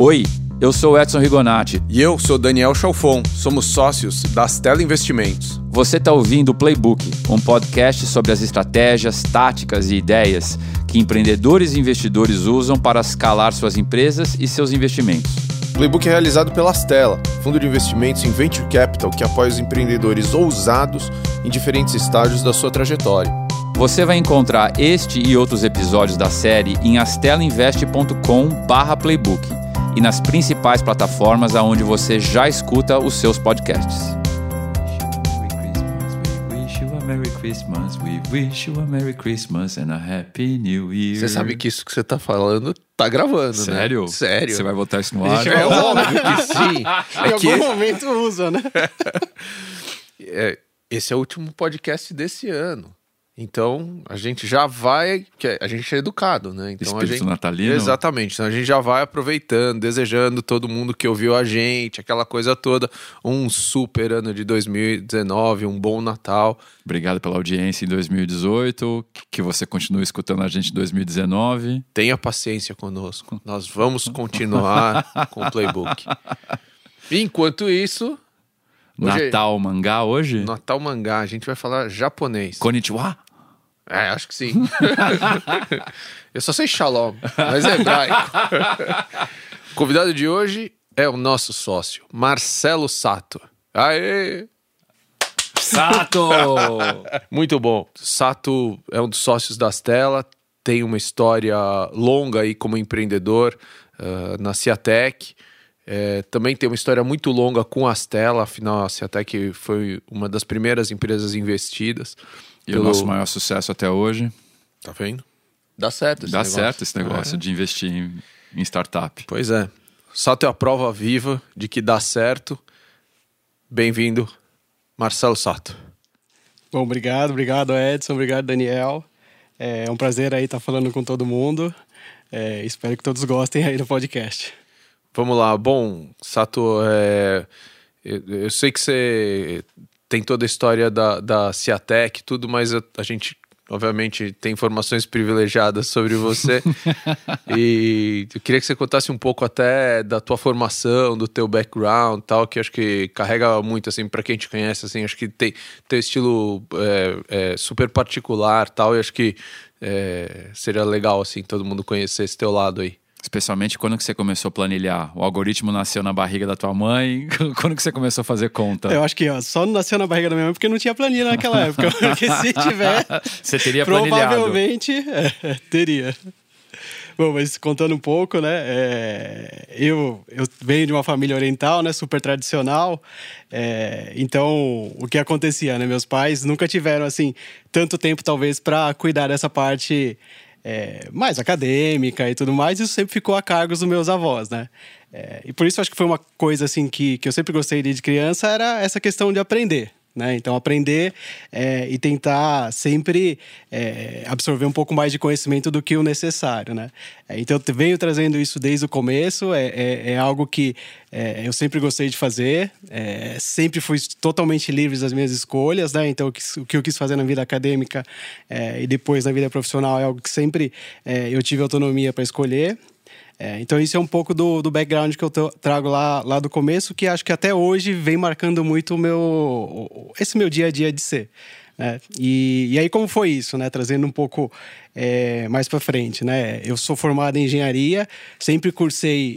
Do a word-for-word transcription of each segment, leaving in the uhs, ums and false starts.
Oi, eu sou Edson Rigonati. E eu sou Daniel Chalfon, somos sócios da Astela Investimentos. Você está ouvindo o Playbook, um podcast sobre as estratégias, táticas e ideias que empreendedores e investidores usam para escalar suas empresas e seus investimentos. O Playbook é realizado pela Astela, fundo de investimentos em Venture Capital que apoia os empreendedores ousados em diferentes estágios da sua trajetória. Você vai encontrar este e outros episódios da série em astelainvest ponto com barra playbook e nas principais plataformas aonde você já escuta os seus podcasts. Merry Christmas, we wish you a Merry Christmas and a Happy New Year. Você sabe que isso que você tá falando tá gravando, Sério? né? Sério? Você vai botar isso no ar? É óbvio que sim. Em É que algum momento usa, né? é, esse é o último podcast desse ano. Então, a gente já vai... que A gente é educado, né? Então, Espírito a gente, natalino. Exatamente. Então, a gente já vai aproveitando, desejando todo mundo que ouviu a gente, aquela coisa toda. Um super ano de dois mil e dezenove, um bom Natal. Obrigado pela audiência em dois mil e dezoito, que você continue escutando a gente em dois mil e dezenove. Tenha paciência conosco. Nós vamos continuar com o Playbook. Enquanto isso... Hoje Natal Mangá hoje? é Natal Mangá. A gente vai falar japonês. Konnichiwa? É, acho que sim. Eu só sei Shalom, mas é hebraico. O convidado de hoje é o nosso sócio, Marcelo Sato. Aê! Sato! Muito bom. Sato é um dos sócios da Astela, tem uma história longa aí como empreendedor uh, na Ciatec. É, também tem uma história muito longa com a Astela, afinal a Ciatec foi uma das primeiras empresas investidas. E pelo... o nosso maior sucesso até hoje? Tá vendo? Dá certo esse Dá negócio. certo esse negócio É. de investir em, em startup. Pois é. Sato é a prova viva de que dá certo. Bem-vindo, Marcelo Sato. Bom, obrigado, obrigado Edson, obrigado Daniel. É um prazer aí estar falando com todo mundo. É, espero que todos gostem aí do podcast. Vamos lá. Bom, Sato, é... eu, eu sei que você tem toda a história da, da Ciatec e tudo, mas a, a gente, obviamente, tem informações privilegiadas sobre você. E eu queria que você contasse um pouco até da tua formação, do teu background e tal, que acho que carrega muito, assim, para quem te conhece, assim, acho que tem teu estilo é, é, super particular e tal, e acho que é, seria legal, assim, todo mundo conhecer esse teu lado aí. Especialmente quando que você começou a planilhar? O algoritmo nasceu na barriga da tua mãe? Quando que você começou a fazer conta? Eu acho que ó, só não nasceu na barriga da minha mãe porque não tinha planilha naquela época. Porque se tiver, você teria planilhado. provavelmente é, teria. Bom, mas contando um pouco, né, é, eu, eu venho de uma família oriental, né, super tradicional, é, então o que acontecia, né, meus pais nunca tiveram, assim, tanto tempo talvez para cuidar dessa parte é, mais acadêmica e tudo mais, isso sempre ficou a cargo dos meus avós, né, é, e por isso acho que foi uma coisa, assim, que, que eu sempre gostei desde criança, era essa questão de aprender. Né? Então, aprender é, e tentar sempre é, absorver um pouco mais de conhecimento do que o necessário, né? É, então, eu venho trazendo isso desde o começo, é, é, é algo que é, eu sempre gostei de fazer, é, sempre fui totalmente livre das minhas escolhas, né? Então, o que, o que eu quis fazer na vida acadêmica é, e depois na vida profissional é algo que sempre é, eu tive autonomia para escolher. É, então isso é um pouco do, do background que eu trago lá, lá do começo, que acho que até hoje vem marcando muito o meu, esse meu dia a dia de ser. Né? E, e aí como foi isso, né? Trazendo um pouco é, mais para frente, né? Eu sou formado em engenharia, sempre cursei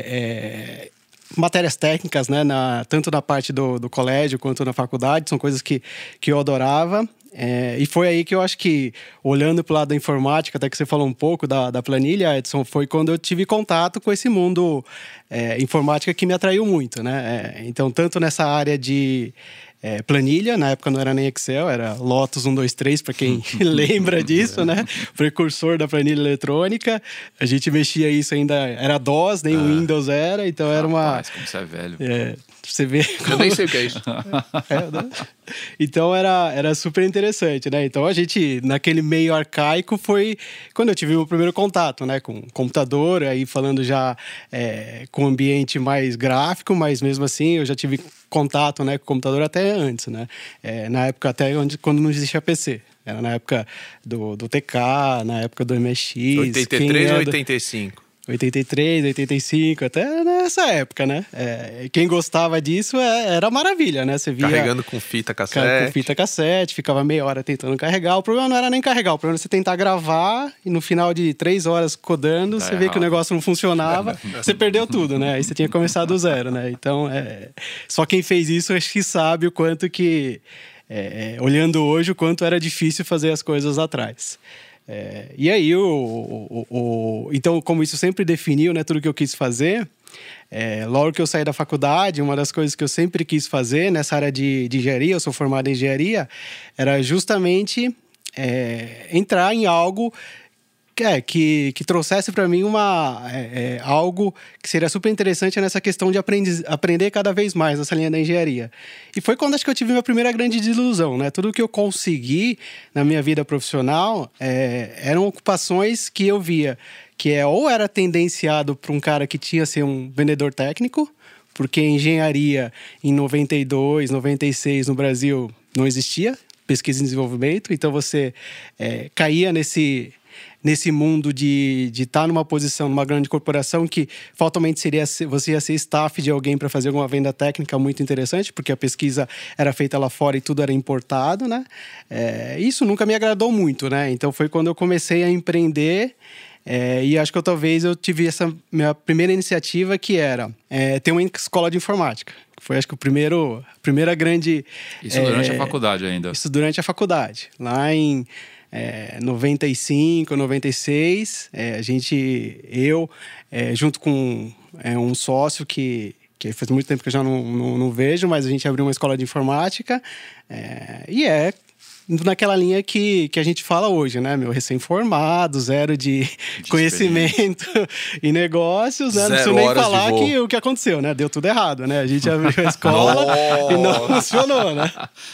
é, é, matérias técnicas, né? Na, tanto na parte do, do colégio quanto na faculdade, são coisas que, que eu adorava. É, e foi aí que eu acho que, olhando para o lado da informática, até que você falou um pouco da, da planilha, Edson, foi quando eu tive contato com esse mundo é, informática que me atraiu muito, né? É, então, tanto nessa área de é, planilha, na época não era nem Excel, era Lotus um dois três, para quem lembra disso, né? Precursor da planilha eletrônica. A gente mexia isso ainda, era DOS, nem ah, Windows era, então era uma... Rapaz, como você é velho. É, você vê como... Eu nem sei o que é isso. É, né? Então era, era super interessante, né? Então a gente, naquele meio arcaico, foi quando eu tive o primeiro contato, né? Com computador, aí falando já é, com ambiente mais gráfico, mas mesmo assim eu já tive contato, né, com o computador até antes, né? É, na época até onde, quando não existia P C. Era na época do, do T K, na época do M S X. oitenta e três ou oitenta e cinco? oitenta e três, oitenta e cinco, até nessa época, né? É, quem gostava disso é, era maravilha, né? Você via... Carregando com fita cassete. Com fita cassete, ficava meia hora tentando carregar. O problema não era nem carregar, o problema era você tentar gravar e no final de três horas codando, tá você errado. Vê que o negócio não funcionava, você perdeu tudo, né? Aí você tinha que começar do zero, né? Então, é... só quem fez isso acho que sabe o quanto que... É, olhando hoje, o quanto era difícil fazer as coisas atrás. É, e aí, o, o, o, então, como isso sempre definiu, né, tudo que eu quis fazer, é, logo que eu saí da faculdade, uma das coisas que eu sempre quis fazer nessa área de, de engenharia, eu sou formado em engenharia, era justamente é, entrar em algo É, que, que trouxesse para mim uma, é, é, algo que seria super interessante nessa questão de aprender, aprender cada vez mais nessa linha da engenharia. E foi quando acho que eu tive minha primeira grande desilusão, né? Tudo que eu consegui na minha vida profissional é, eram ocupações que eu via que é, ou era tendenciado para um cara que tinha ser um vendedor técnico, porque engenharia em noventa e dois, noventa e seis no Brasil não existia, pesquisa e desenvolvimento, então você é, caía nesse... nesse mundo de estar tá numa posição, numa grande corporação que fatalmente seria você ia ser staff de alguém para fazer alguma venda técnica muito interessante, porque a pesquisa era feita lá fora e tudo era importado, né? É, isso nunca me agradou muito, né? Então foi quando eu comecei a empreender é, e acho que eu, talvez eu tive essa minha primeira iniciativa que era é, ter uma escola de informática. Foi, acho que, o primeiro, a primeira grande... Isso é, durante a faculdade ainda? Isso durante a faculdade. Lá em é, noventa e cinco, noventa e seis, é, a gente, eu, é, junto com é, um sócio que, que faz muito tempo que eu já não, não, não vejo, mas a gente abriu uma escola de informática é, e é... naquela linha que, que a gente fala hoje, né? Meu, recém-formado, zero de, de conhecimento e negócios, né? Não preciso nem falar que o que aconteceu, né? Deu tudo errado, né? A gente abriu a escola e não funcionou, né?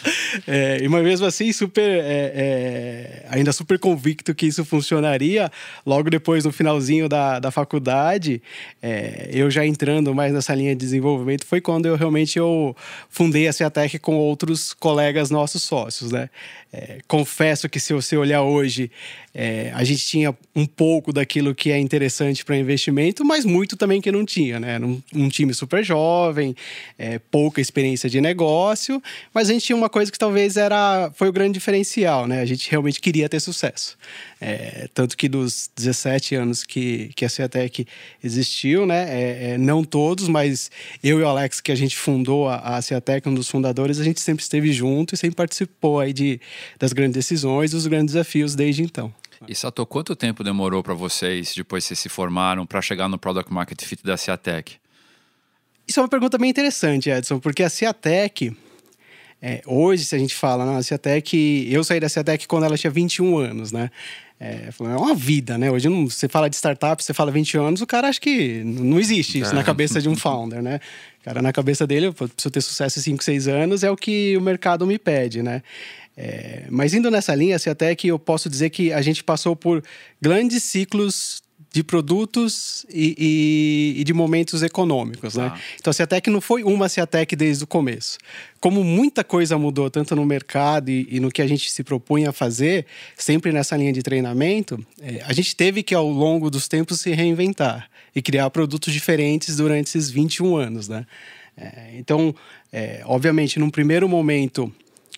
É, e mas mesmo assim, super, é, é, ainda super convicto que isso funcionaria. Logo depois, no finalzinho da, da faculdade, é, eu já entrando mais nessa linha de desenvolvimento, foi quando eu realmente eu fundei a Ciatec com outros colegas nossos sócios, né? É, confesso que se você olhar hoje, é, a gente tinha um pouco daquilo que é interessante para investimento, mas muito também que não tinha, né? Era um, um time super jovem, é, pouca experiência de negócio, mas a gente tinha uma coisa que talvez era, foi o grande diferencial, né? A gente realmente queria ter sucesso. É, tanto que dos dezessete anos que, que a Ciatec existiu, né? É, é, não todos, mas eu e o Alex, que a gente fundou a, a Ciatec, um dos fundadores, a gente sempre esteve junto e sempre participou aí de, das grandes decisões, dos grandes desafios desde então. E Sato, quanto tempo demorou para vocês, depois que vocês se formaram, para chegar no Product Market Fit da Ciatec? Isso é uma pergunta bem interessante, Edson, porque a Ciatec, é, hoje, se a gente fala, né, a Ciatec, eu saí da Ciatec quando ela tinha vinte e um anos, né? É, é uma vida, né? Hoje não, você fala de startup, você fala vinte anos, o cara acha que não existe isso é. na cabeça de um founder, né? O cara, na cabeça dele, eu preciso ter sucesso em cinco, seis anos, é o que o mercado me pede, né? É, mas indo nessa linha, assim, até que eu posso dizer que a gente passou por grandes ciclos de produtos e, e, e de momentos econômicos, né? Ah. Então a Ciatec não foi uma Ciatec desde o começo. Como muita coisa mudou, tanto no mercado e, e no que a gente se propunha a fazer, sempre nessa linha de treinamento, é, a gente teve que, ao longo dos tempos, se reinventar e criar produtos diferentes durante esses vinte e um anos, né? É, então, é, obviamente, num primeiro momento...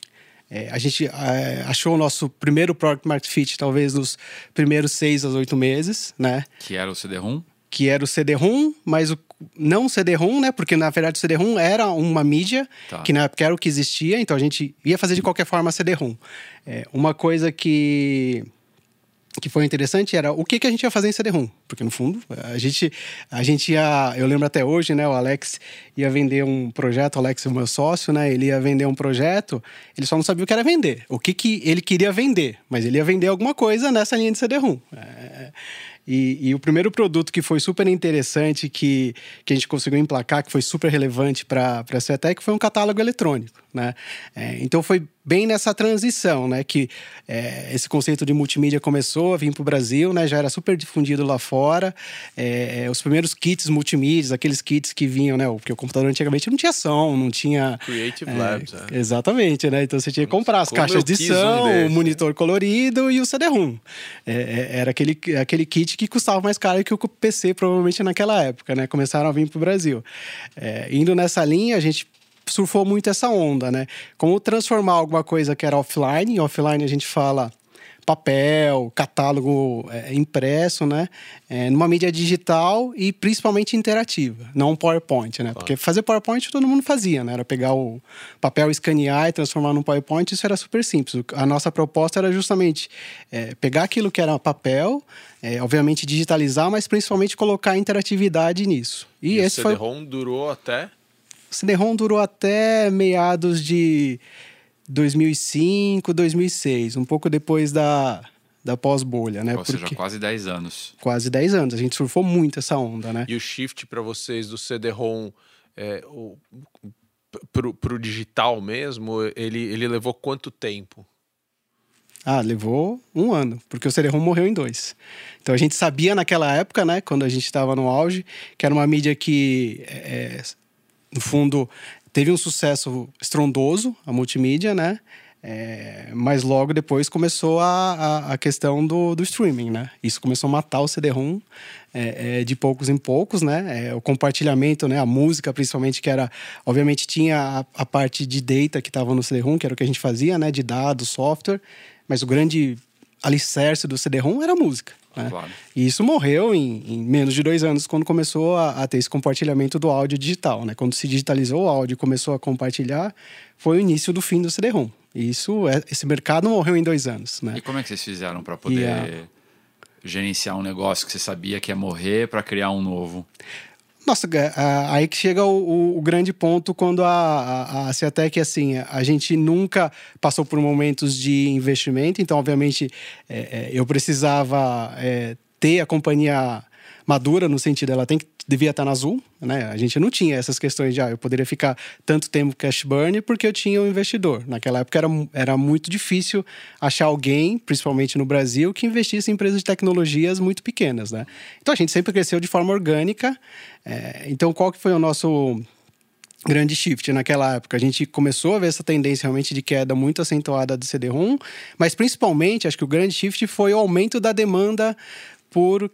É, a gente é, achou o nosso primeiro Product Market Fit talvez nos primeiros seis a oito meses, né? Que era o C D-ROM? Que era o C D-ROM, mas o, não o C D-ROM, né? Porque, na verdade, o C D-ROM era uma mídia, tá. que na época era o que existia, então a gente ia fazer de qualquer forma C D-ROM. É, uma coisa que... que foi interessante era o que, que a gente ia fazer em C D-ROM. Porque, no fundo, a gente, a gente ia... Eu lembro até hoje, né? O Alex ia vender um projeto, o Alex é o meu sócio, né? Ele ia vender um projeto, ele só não sabia o que era vender. O que, que ele queria vender. Mas ele ia vender alguma coisa nessa linha de C D-ROM. É... E, e o primeiro produto que foi super interessante, que, que a gente conseguiu emplacar, que foi super relevante para a Ciatec, foi um catálogo eletrônico, né? É, então foi bem nessa transição, né? Que é, esse conceito de multimídia começou a vir para o Brasil, né? Já era super difundido lá fora. fora. É, os primeiros kits multimídia, aqueles kits que vinham, né? Porque o computador antigamente não tinha som, não tinha... Creative é, Labs, é. Exatamente, né? Então você tinha que comprar as Como caixas de som, um o monitor colorido e o C D-ROM. É, era aquele, aquele kit que custava mais caro que o P C, provavelmente, naquela época, né? Começaram a vir para o Brasil. É, indo nessa linha, a gente surfou muito essa onda, né? Como transformar alguma coisa que era offline, e offline a gente fala papel, catálogo é, impresso, né? É, numa mídia digital e principalmente interativa, não um PowerPoint, né? Claro. Porque fazer PowerPoint todo mundo fazia, né? Era pegar o papel, escanear e transformar num PowerPoint, isso era super simples. A nossa proposta era justamente é, pegar aquilo que era papel, é, obviamente digitalizar, mas principalmente colocar interatividade nisso. E, e esse o C D-ROM foi... durou até? O C D-ROM durou até meados de dois mil e cinco, dois mil e seis, um pouco depois da, da pós-bolha, né? Ou Porque seja, quase dez anos. Quase dez anos, a gente surfou muito essa onda, né? E o shift para vocês do C D-ROM é, pro, pro digital mesmo, ele, ele levou quanto tempo? Ah, levou um ano, porque o C D-ROM morreu em dois. Então a gente sabia naquela época, né, quando a gente estava no auge, que era uma mídia que, é, no fundo, teve um sucesso estrondoso, a multimídia, né? É, mas logo depois começou a, a, a questão do, do streaming, né? Isso começou a matar o C D-ROM é, é, de poucos em poucos, né? É, o compartilhamento, né? A música, principalmente, que era... Obviamente tinha a, a parte de data que estava no C D-ROM, que era o que a gente fazia, né? De dados, software. Mas o grande alicerce do C D-ROM era a música. Né? Claro. E isso morreu em, em menos de dois anos, quando começou a, a ter esse compartilhamento do áudio digital, né? Quando se digitalizou o áudio e começou a compartilhar, foi o início do fim do C D-ROM. E isso, esse mercado morreu em dois anos, né? E como é que vocês fizeram para poder a... gerenciar um negócio que você sabia que ia morrer para criar um novo? Nossa, aí que chega o, o, o grande ponto quando a, a, a Ciatec, assim, a gente nunca passou por momentos de investimento, então, obviamente, é, é, eu precisava é, ter a companhia madura, no sentido, ela tem que, devia estar na Azul, né? A gente não tinha essas questões de, ah, eu poderia ficar tanto tempo cash burn porque eu tinha um investidor. Naquela época era, era muito difícil achar alguém, principalmente no Brasil, que investisse em empresas de tecnologias muito pequenas, né? Então a gente sempre cresceu de forma orgânica. É, então qual que foi o nosso grande shift naquela época? A gente começou a ver essa tendência realmente de queda muito acentuada do C D-ROM, mas principalmente, acho que o grande shift foi o aumento da demanda por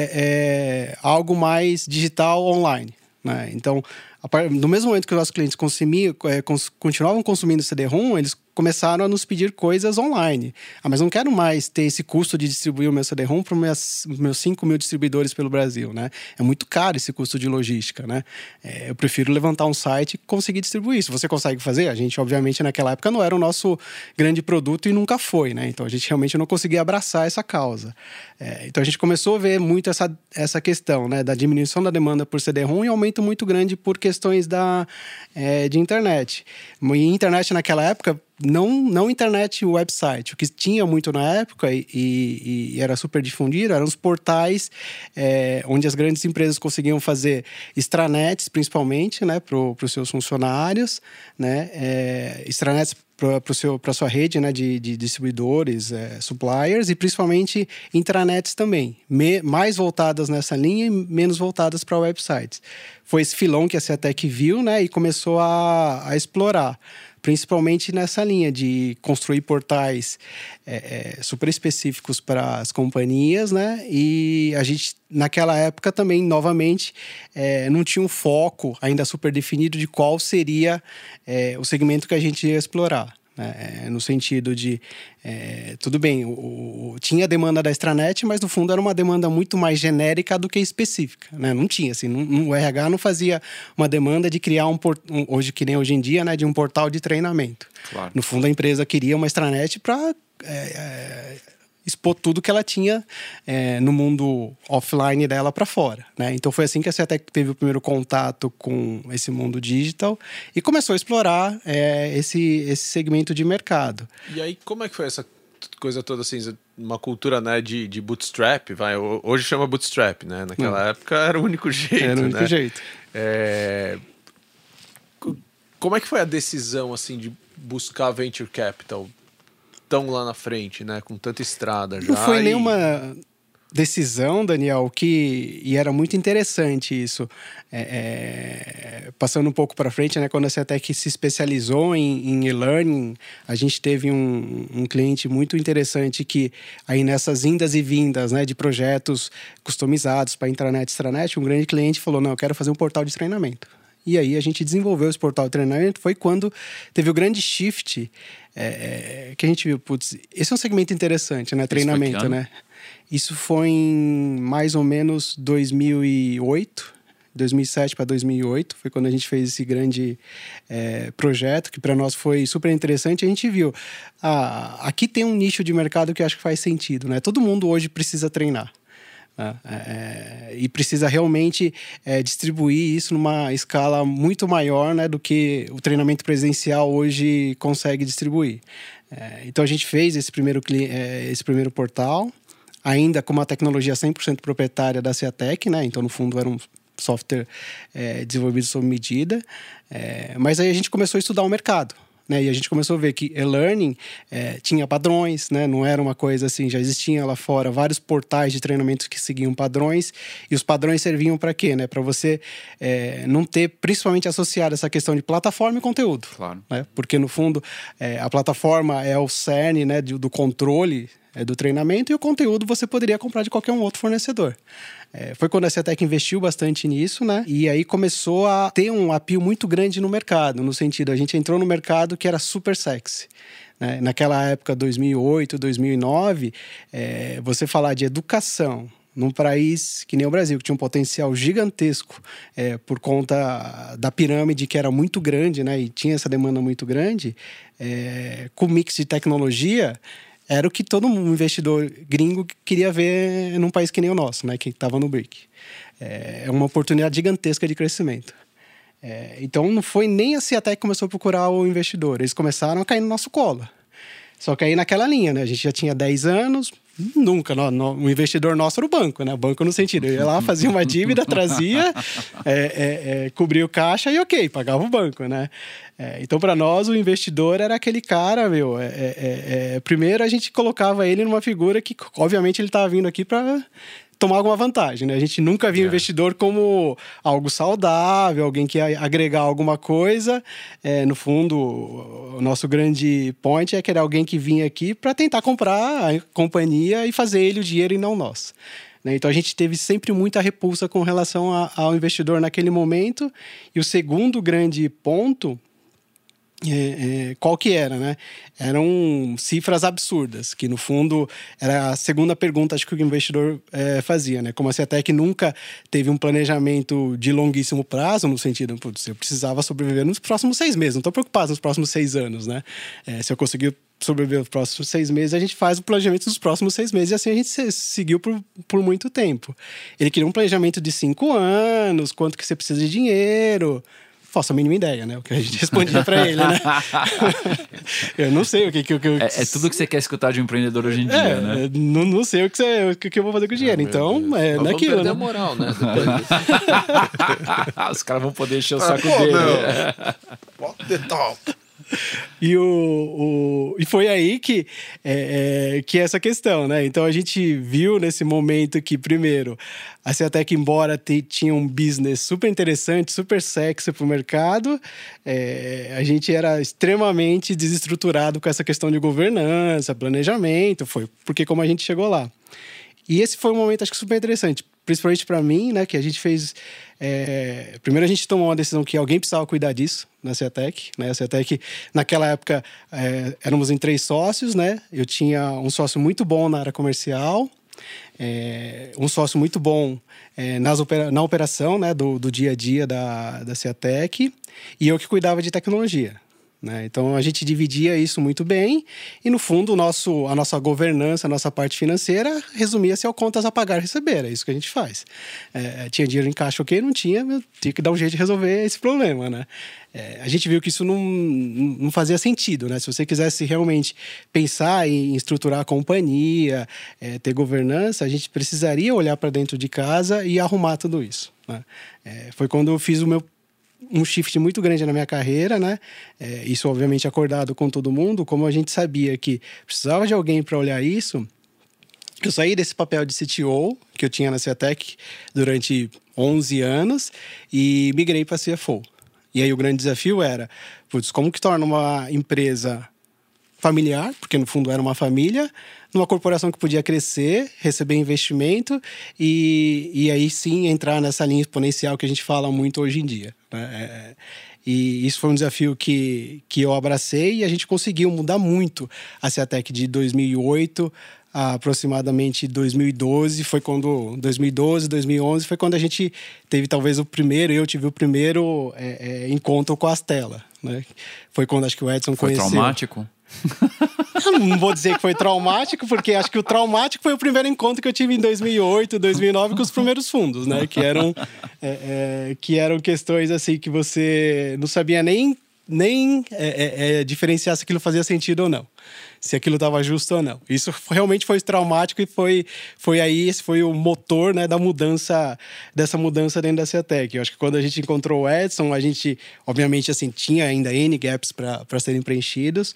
É, é, algo mais digital online, né? Então, no mesmo momento que os nossos clientes consumiam, é, cons, continuavam consumindo C D-ROM, eles começaram a nos pedir coisas online. Ah, mas não quero mais ter esse custo de distribuir o meu C D-ROM para os meus cinco mil distribuidores pelo Brasil, né? É muito caro esse custo de logística, né? É, eu prefiro levantar um site e conseguir distribuir. Se você consegue fazer, a gente, obviamente, naquela época não era o nosso grande produto e nunca foi, né? Então, a gente realmente não conseguia abraçar essa causa. É, então, a gente começou a ver muito essa, essa questão, né? Da diminuição da demanda por C D-ROM e aumento muito grande por questões da, é, de internet. E internet naquela época... Não, não internet e website. O que tinha muito na época e, e, e era super difundido eram os portais é, onde as grandes empresas conseguiam fazer extranets, principalmente, né, para os seus funcionários, né, é, extranets para a sua rede, né, de, de distribuidores, é, suppliers, e principalmente intranets também, me, mais voltadas nessa linha e menos voltadas para websites. Foi esse filão que a Ciatec viu, né, e começou a, a explorar, principalmente nessa linha de construir portais é, é, super específicos para as companhias, né? E a gente, naquela época também, novamente, é, não tinha um foco ainda super definido de qual seria é, o segmento que a gente ia explorar. É, no sentido de, é, tudo bem, o, o, tinha a demanda da extranet, mas no fundo era uma demanda muito mais genérica do que específica, né? Não tinha, assim, não, o R H não fazia uma demanda de criar um, um, hoje que nem hoje em dia, né, de um portal de treinamento. Claro. No fundo a empresa queria uma extranet para é, é, expor tudo que ela tinha é, no mundo offline dela para fora, né? Então foi assim que a Ciatec teve o primeiro contato com esse mundo digital e começou a explorar é, esse, esse segmento de mercado. E aí, como é que foi essa coisa toda, assim, uma cultura, né, de, de bootstrap, vai, hoje chama bootstrap, né? Naquela Não. época era o único jeito, Era o único né? jeito. É... Como é que foi a decisão, assim, de buscar venture capital tão lá na frente, né? Com tanta estrada já. Não foi e... nenhuma... decisão, Daniel, que e era muito interessante isso, é, é, passando um pouco para frente, né, quando a Ceatec se especializou em, em e-learning, a gente teve um, um cliente muito interessante que aí nessas indas e vindas, né, de projetos customizados para intranet e extranet, um grande cliente falou, não, eu quero fazer um portal de treinamento. E aí a gente desenvolveu esse portal de treinamento, foi quando teve o grande shift, é, que a gente viu, putz, esse é um segmento interessante, né, treinamento, né? Isso foi em mais ou menos dois mil e oito, dois mil e sete para dois mil e oito, foi quando a gente fez esse grande é, projeto, que para nós foi super interessante. A gente viu, ah, aqui tem um nicho de mercado que eu acho que faz sentido, né? Todo mundo hoje precisa treinar. É, é, e precisa realmente é, distribuir isso numa escala muito maior, né, do que o treinamento presencial hoje consegue distribuir. É, então a gente fez esse primeiro, é, esse primeiro portal, ainda com uma tecnologia cem por cento proprietária da Ceatec, né? Então no fundo era um software é, desenvolvido sob medida, é, mas aí a gente começou a estudar o mercado. Né, e a gente começou a ver que e-learning é, tinha padrões, né, não era uma coisa assim, já existia lá fora vários portais de treinamento que seguiam padrões, e os padrões serviam para quê? Né, para você é, não ter, principalmente associado essa questão de plataforma e conteúdo. Claro. Né, porque no fundo é, a plataforma é o cerne, né, do, do controle é, do treinamento, e o conteúdo você poderia comprar de qualquer um outro fornecedor. É, foi quando a Ceatec investiu bastante nisso, né? E aí começou a ter um apelo muito grande no mercado, no sentido, a gente entrou no mercado que era super sexy. Né? Naquela época, dois mil e oito, dois mil e nove, é, você falar de educação num país que nem o Brasil, que tinha um potencial gigantesco é, por conta da pirâmide que era muito grande, né? E tinha essa demanda muito grande, é, com mix de tecnologia, era o que todo investidor gringo queria ver num país que nem o nosso, né, que estava no B R I C. É uma oportunidade gigantesca de crescimento. É, então, não foi nem a Ceatec que começou a procurar o investidor. Eles começaram a cair no nosso colo. Só que aí naquela linha, né? A gente já tinha dez anos, nunca. No, no, o investidor nosso era o banco, né? O banco no sentido, eu ia lá, fazia uma dívida, trazia, é, é, é, cobria o caixa e ok, pagava o banco, né? É, então, para nós, o investidor era aquele cara, meu... É, é, é, primeiro, a gente colocava ele numa figura que, obviamente, ele estava vindo aqui para tomar alguma vantagem, né? A gente nunca via o é. investidor como algo saudável, alguém que ia agregar alguma coisa. É, no fundo, o nosso grande point é que era alguém que vinha aqui para tentar comprar a companhia e fazer ele o dinheiro e não nós. Né? Então, a gente teve sempre muita repulsa com relação a, ao investidor naquele momento. E o segundo grande ponto... É, é, qual que era, né? Eram cifras absurdas, que no fundo era a segunda pergunta acho que o investidor é, fazia, né? Como a Ceatec nunca teve um planejamento de longuíssimo prazo, no sentido, putz, eu precisava sobreviver nos próximos seis meses, não estou preocupado nos próximos seis anos, né? É, se eu conseguir sobreviver nos próximos seis meses, a gente faz o planejamento dos próximos seis meses, e assim a gente se, seguiu por, por muito tempo. Ele queria um planejamento de cinco anos, quanto que você precisa de dinheiro... Faço a mínima ideia, né? O que a gente respondia para ele, né? Eu não sei o que... que, que eu... é, é tudo que você quer escutar de um empreendedor hoje em dia, é, né? Não, não sei o que, você, o que eu vou fazer com o dinheiro. Ah, então, é Nós naquilo, vamos perder né? a moral, né? Os caras vão poder encher o ah, saco pô, dele. What the top? E, o, o, e foi aí que, é, é, que essa questão, né? Então a gente viu nesse momento que, primeiro, a Ceatec, embora te, tinha um business super interessante, super sexy para o mercado, é, a gente era extremamente desestruturado com essa questão de governança, planejamento, foi porque como a gente chegou lá. E esse foi um momento, acho que super interessante, principalmente para mim, né? Que a gente fez... É, primeiro a gente tomou uma decisão que alguém precisava cuidar disso na Ceatec, né? A Ceatec, naquela época, é, éramos em três sócios, né? Eu tinha um sócio muito bom na área comercial, é, um sócio muito bom é, nas opera, na operação, né? do, do dia a dia da, da Ceatec, e eu que cuidava de tecnologia. Né? Então a gente dividia isso muito bem e no fundo o nosso, a nossa governança, a nossa parte financeira resumia-se ao contas a pagar e receber, é isso que a gente faz. É, tinha dinheiro em caixa, ok, não tinha, tinha que dar um jeito de resolver esse problema, né? É, a gente viu que isso não, não fazia sentido, né? Se você quisesse realmente pensar em estruturar a companhia, é, ter governança, a gente precisaria olhar para dentro de casa e arrumar tudo isso, né? É, foi quando eu fiz o meu um shift muito grande na minha carreira, né? É, isso, obviamente, acordado com todo mundo. Como a gente sabia que precisava de alguém para olhar isso, Eu saí desse papel de C T O que eu tinha na Ciatec durante onze anos e migrei para C F O. E aí o grande desafio era, putz, como que torna uma empresa familiar, porque no fundo era uma família, numa corporação que podia crescer, receber investimento e, e aí sim entrar nessa linha exponencial que a gente fala muito hoje em dia, né? É, e isso foi um desafio que, que eu abracei e a gente conseguiu mudar muito a Ciatec de dois mil e oito a aproximadamente dois mil e doze, foi quando dois mil e doze, dois mil e onze foi quando a gente teve talvez o primeiro, eu tive o primeiro é, é, encontro com a Astela, né? Foi quando acho que o Edson foi conheceu. Foi traumático? Eu não vou dizer que foi traumático, porque acho que o traumático foi o primeiro encontro que eu tive em dois mil e oito, dois mil e nove com os primeiros fundos, né? Que eram, é, é, que eram questões assim que você não sabia nem, nem é, é, diferenciar se aquilo fazia sentido ou não. Se aquilo estava justo ou não. Isso realmente foi traumático e foi, foi aí, esse foi o motor, né, da mudança, dessa mudança dentro da Ciatec. Eu acho que quando a gente encontrou o Edson, a gente, obviamente, assim, tinha ainda N gaps para serem preenchidos,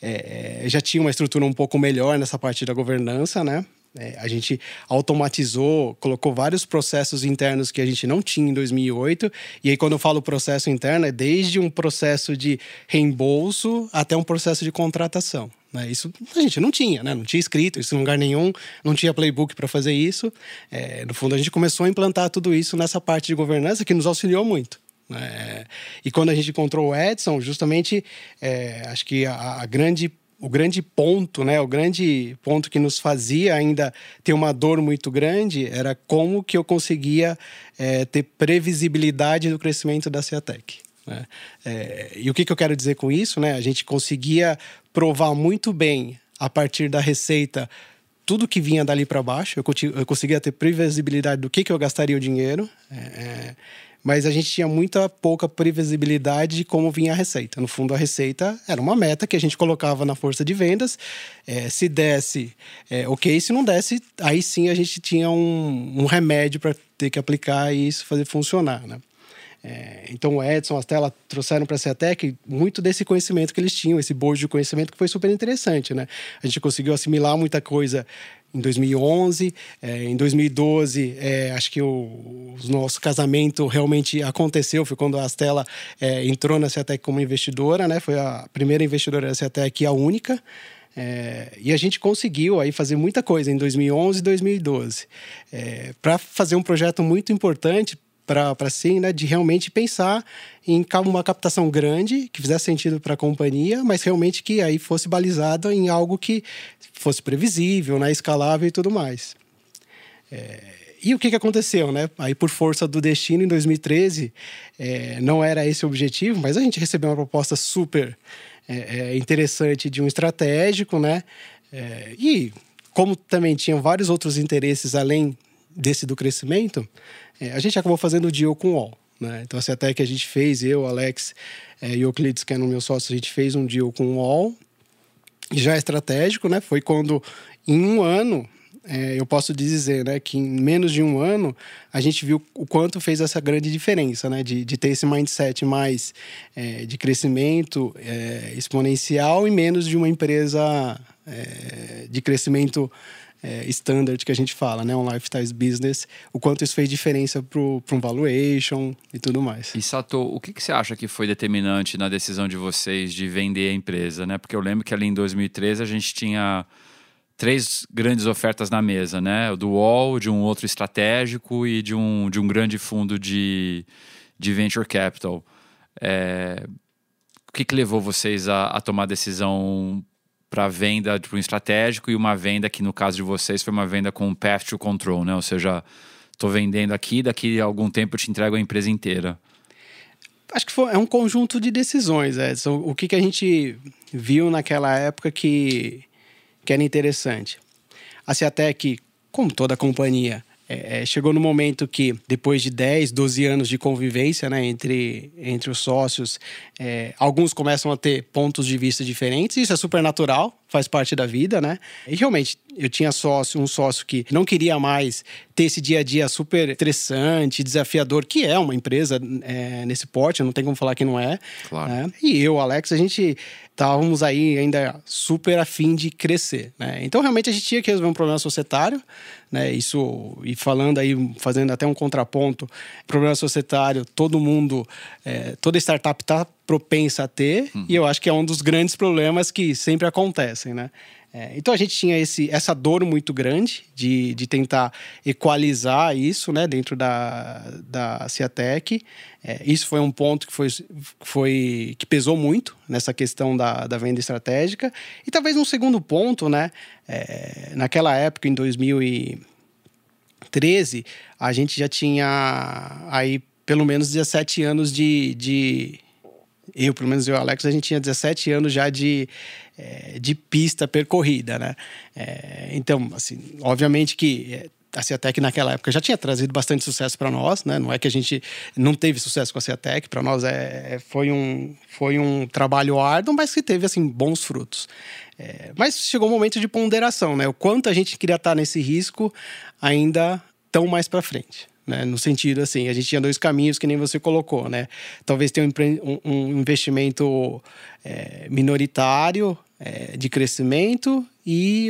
é, já tinha uma estrutura um pouco melhor nessa parte da governança, né? É, a gente automatizou, colocou vários processos internos que a gente não tinha em dois mil e oito. E aí, quando eu falo processo interno, é desde um processo de reembolso até um processo de contratação. Né? Isso a gente não tinha, né? Não tinha escrito isso em lugar nenhum, não tinha playbook para fazer isso. É, no fundo, a gente começou a implantar tudo isso nessa parte de governança que nos auxiliou muito. É, e quando a gente encontrou o Edson, justamente, é, acho que a, a grande O grande ponto, né, o grande ponto que nos fazia ainda ter uma dor muito grande era como que eu conseguia é, ter previsibilidade do crescimento da Ciatec. Né? É, e o que, que eu quero dizer com isso? Né? A gente conseguia provar muito bem, a partir da receita, tudo que vinha dali para baixo. Eu, eu conseguia ter previsibilidade do que, que eu gastaria o dinheiro. É, é, mas a gente tinha muita pouca previsibilidade de como vinha a receita. No fundo, a receita era uma meta que a gente colocava na força de vendas. É, se desse, é, ok. Se não desse, aí sim a gente tinha um, um remédio para ter que aplicar e isso fazer funcionar, né? É, então o Edson, a Astela trouxeram para a Ciatec muito desse conhecimento que eles tinham, esse bojo de conhecimento que foi super interessante, né? A gente conseguiu assimilar muita coisa em dois mil e onze, é, em dois mil e doze, é, acho que o, o nosso casamento realmente aconteceu, foi quando a Astela é, entrou na Ciatec como investidora, né? Foi a primeira investidora da Ciatec e a única. É, e a gente conseguiu aí fazer muita coisa em dois mil e onze e dois mil e doze, é, para fazer um projeto muito importante para sim, né, de realmente pensar em uma captação grande, que fizesse sentido para a companhia, mas realmente que aí fosse balizado em algo que fosse previsível, né, escalável e tudo mais. É, e o que, que aconteceu, né? Aí, por força do destino, em dois mil e treze, é, não era esse o objetivo, mas a gente recebeu uma proposta super é, é, interessante de um estratégico, né? É, e como também tinham vários outros interesses além desse do crescimento, é, a gente acabou fazendo o deal com o U O L. Né? Então, assim, até que a gente fez, eu, Alex é, e o Euclides, que é no meu sócio, a gente fez um deal com o U O L. E já é estratégico, né? Foi quando, em um ano, é, eu posso dizer, né, que em menos de um ano, a gente viu o quanto fez essa grande diferença, né? De, de ter esse mindset mais é, de crescimento é, exponencial e menos de uma empresa é, de crescimento É, standard que a gente fala, né? Um lifestyle business, o quanto isso fez diferença para um valuation e tudo mais. E Sato, o que, que você acha que foi determinante na decisão de vocês de vender a empresa, né? Porque eu lembro que ali em dois mil e treze a gente tinha três grandes ofertas na mesa, né? O do U O L, de um outro estratégico e de um, de um grande fundo de, de venture capital. É, o que, que levou vocês a, a tomar a decisão para venda para um estratégico e uma venda que, no caso de vocês, foi uma venda com path to control, né? Ou seja, estou vendendo aqui, daqui a algum tempo eu te entrego a empresa inteira. Acho que foi, é um conjunto de decisões, Edson. O que, que a gente viu naquela época que, que era interessante? A Ciatec, como toda a companhia, É, chegou no momento que, depois de dez, doze anos de convivência, né, entre, entre os sócios, é, alguns começam a ter pontos de vista diferentes. Isso é super natural, faz parte da vida, né? E realmente, eu tinha sócio, um sócio que não queria mais ter esse dia a dia super estressante, desafiador, que é uma empresa é, nesse porte, não tem como falar que não é. Claro. Né? E eu, Alex, a gente estávamos aí ainda super afim de crescer, né? Então, realmente, a gente tinha que resolver um problema societário, né? Isso, e falando aí, fazendo até um contraponto, problema societário, todo mundo, é, toda startup está propensa a ter, uhum. E eu acho que é um dos grandes problemas que sempre acontecem, né? É, então, a gente tinha esse, essa dor muito grande de, de tentar equalizar isso, né, dentro da, da Ciatec. É, isso foi um ponto que, foi, foi, que pesou muito nessa questão da, da venda estratégica. E talvez um segundo ponto, né, é, naquela época, em dois mil e treze, a gente já tinha aí pelo menos dezessete anos de... de eu, pelo menos eu e o Alex, a gente tinha dezessete anos já de, é, de pista percorrida, né? É, então, assim, obviamente que a Ciatec naquela época já tinha trazido bastante sucesso para nós, né? Não é que a gente não teve sucesso com a Ciatec, para nós é, foi, um, foi um trabalho árduo, mas que teve, assim, bons frutos. É, mas chegou um momento de ponderação, né? O quanto a gente queria estar nesse risco ainda tão mais para frente. Né? No sentido, assim, a gente tinha dois caminhos que nem você colocou, né? Talvez tenha um, empre... um investimento é, minoritário é, de crescimento e